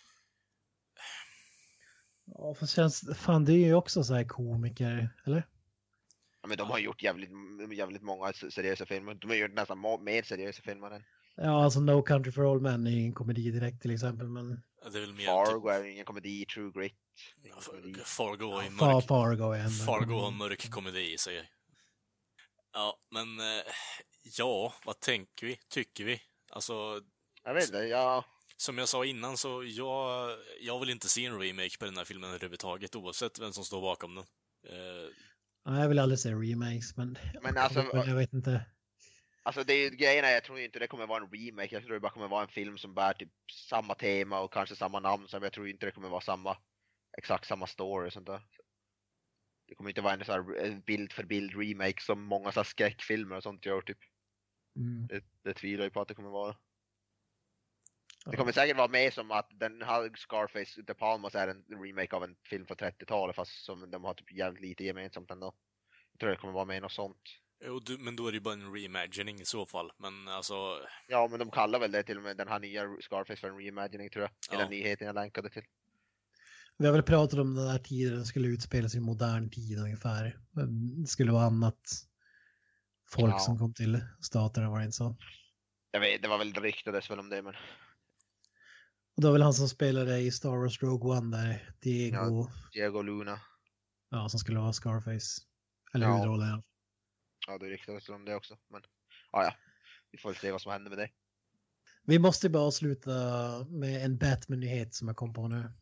Speaker 5: Ja, för fan det är ju också så här komiker, eller?
Speaker 1: Ja, men de har gjort jävligt många seriösa filmer. De har gjort nästan mer seriösa filmer än.
Speaker 5: Ja, alltså No Country for Old Men är ju en komedi direkt till exempel, men...
Speaker 3: Det är väl mer
Speaker 1: Fargo är ingen komedi, True Grit.
Speaker 3: Fargo är en mörk...
Speaker 5: Fargo
Speaker 3: har en mörk komedi i sig. Ja, men... ja, vad tycker vi? Alltså...
Speaker 1: Jag vet inte,
Speaker 3: Som jag sa innan så jag vill inte se en remake på den här filmen överhuvudtaget, oavsett vem som står bakom den.
Speaker 5: Ja, jag vill aldrig se remakes, men
Speaker 1: alltså,
Speaker 5: jag vet inte.
Speaker 1: Alltså det är grejen, jag tror inte det kommer vara en remake. Jag tror det bara kommer vara en film som bär typ samma tema och kanske samma namn. Så jag tror inte det kommer vara exakt samma story och sånt där. Det kommer inte vara en sån här bild för bild remake som många så här skräckfilmer och sånt gör typ. Det tvivlar jag på att det kommer vara. Det kommer säkert vara med som att den här Scarface De Palmas är en remake av en film från 30-talet, fast som de har typ jävligt lite gemensamt ändå. Jag tror det kommer vara med något sånt.
Speaker 3: Jo, men då är det ju bara en reimagining i så fall. Men alltså...
Speaker 1: Ja, men de kallar väl det till och med den här nya Scarface för en reimagining, tror jag. I den nyheten jag länkade till.
Speaker 5: Vi har väl pratat om den här tiden, den skulle utspela sig i modern tid ungefär. Det skulle vara annat folk som kom till staterna, var det inte så?
Speaker 1: Jag vet, det var väl ryktades väl om det, men...
Speaker 5: Och då var väl han som spelade i Star Wars Rogue One där,
Speaker 1: Diego Luna.
Speaker 5: Ja, som skulle vara Scarface. Eller huvudrollen.
Speaker 1: Ja, det ryktades om det också, men... Ja. Vi får se vad som händer med det.
Speaker 5: Vi måste bara avsluta med en Batman-nyhet som jag kom på nu.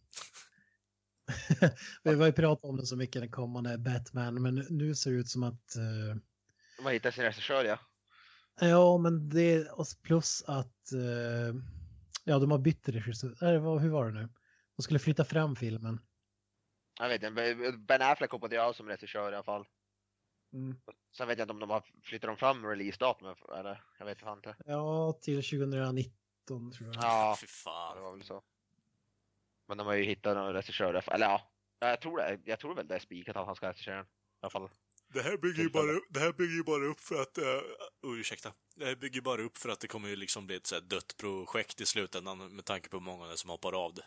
Speaker 5: Vi har ju pratat om det så mycket, den kommande Batman, men nu ser det ut som att...
Speaker 1: De har hittat sin regissör, ja.
Speaker 5: Ja, men det plus att... de har bytt regissör. Hur var det nu? De skulle flytta fram filmen.
Speaker 1: Jag vet inte, Ben Affleck hoppade jag som regissör i alla fall. Sen vet jag inte om de har flyttat fram release-datum, eller jag vet inte.
Speaker 5: Ja, till 2019 tror jag.
Speaker 1: Ja,
Speaker 3: fy fan.
Speaker 1: Det var väl så. Men de har ju hittat en regissör, eller ja, jag tror väl det är spikat att han ska regissera i alla fall.
Speaker 3: Det här bygger ju bara upp för att... ursäkta. Det här bygger bara upp för att det kommer ju liksom bli ett så här dött projekt i slutändan med tanke på hur många som hoppar av det.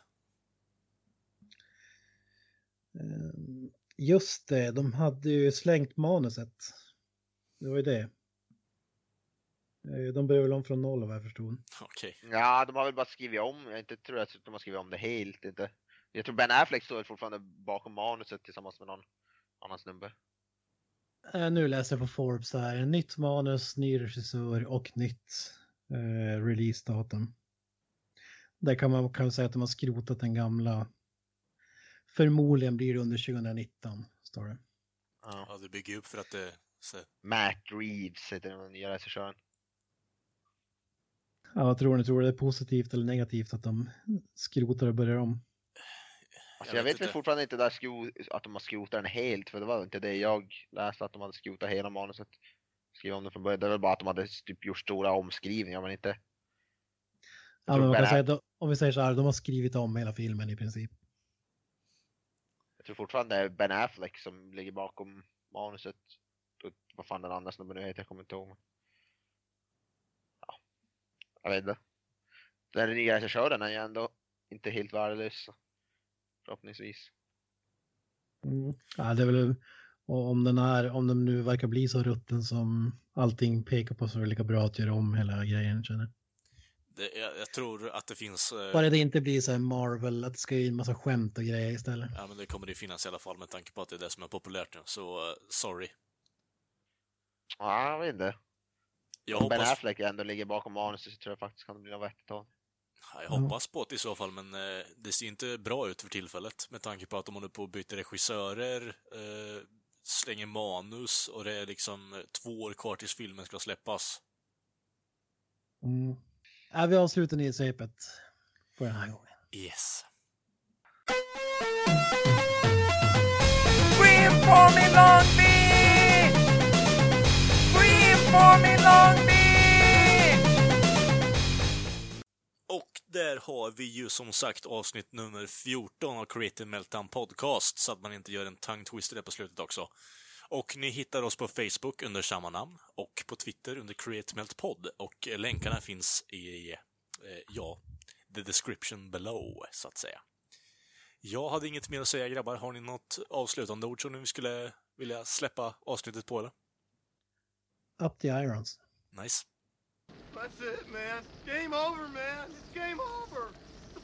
Speaker 5: Just det, de hade ju slängt manuset. Det var ju det. De började väl om från noll vad jag förstod.
Speaker 3: Okej.
Speaker 1: Ja, de har väl bara skrivit om. Jag inte tror att de har skrivit om det helt. Inte. Jag tror Ben Affleck står fortfarande bakom manuset tillsammans med någon annan snubbe.
Speaker 5: Nu läser jag på Forbes här. Nytt manus, ny regissör och nytt releasedatum. Där kan man säga att de har skrotat den gamla. Förmodligen blir det under 2019, står det.
Speaker 3: Ja, det bygger upp för att det... Så...
Speaker 1: Matt Reeves heter den nya regissören.
Speaker 5: Ja, vad tror ni? Tror du det är positivt eller negativt att de skrotar och börjar om?
Speaker 1: Alltså jag vet väl fortfarande inte där att de har skrotat den helt, för det var inte det jag läste, att de hade skrotat hela manuset. Skriva om det från början. Det var bara att de hade typ gjort stora omskrivningar, men inte...
Speaker 5: Ja, men man kan säga att om vi säger så här, de har skrivit om hela filmen i princip.
Speaker 1: Jag tror fortfarande det är Ben Affleck som ligger bakom manuset. Vad fan den andra snubben nu heter, jag kommer inte ihåg. Ja, jag vet inte. Den nya regissören är ju ändå inte helt värdelös. Förhoppningsvis.
Speaker 5: Ja, det är väl, om den nu verkar bli så rutten som allting pekar på, så är det lika bra att göra om hela grejen, känner
Speaker 3: jag tror att det finns...
Speaker 5: Bara det inte blir så här Marvel, att det ska ju en massa skämt och grejer istället.
Speaker 3: Ja, men det kommer det finnas i alla fall med tanke på att det är det som är populärt nu. Så, sorry.
Speaker 1: Ja, jag vet inte.
Speaker 3: Jag
Speaker 1: Ben Affleck ändå ligger bakom manuset, så tror jag faktiskt kan det bli något vettigt av.
Speaker 3: Jag hoppas på det i så fall, men det ser inte bra ut för tillfället. Med tanke på att de håller på att byta regissörer, slänger manus och det är liksom 2 år kvar tills filmen ska släppas.
Speaker 5: Ja, vi avslutar nyhetssvepet på den här gången.
Speaker 3: Yes.
Speaker 7: Scream for me Long Beach! Scream for me Long Beach!
Speaker 3: Och där har vi ju som sagt avsnitt nummer 14 av Creative Meltdown Podcast, så att man inte gör en tongue twister där på slutet också. Och ni hittar oss på Facebook under samma namn och på Twitter under Create Melt Pod, och länkarna finns i the description below, så att säga. Jag hade inget mer att säga, grabbar. Har ni något avslutande ord som ni skulle vilja släppa avsnittet på, eller?
Speaker 5: Up the irons.
Speaker 3: Nice.
Speaker 7: That's it, man. Game over, man. It's game over.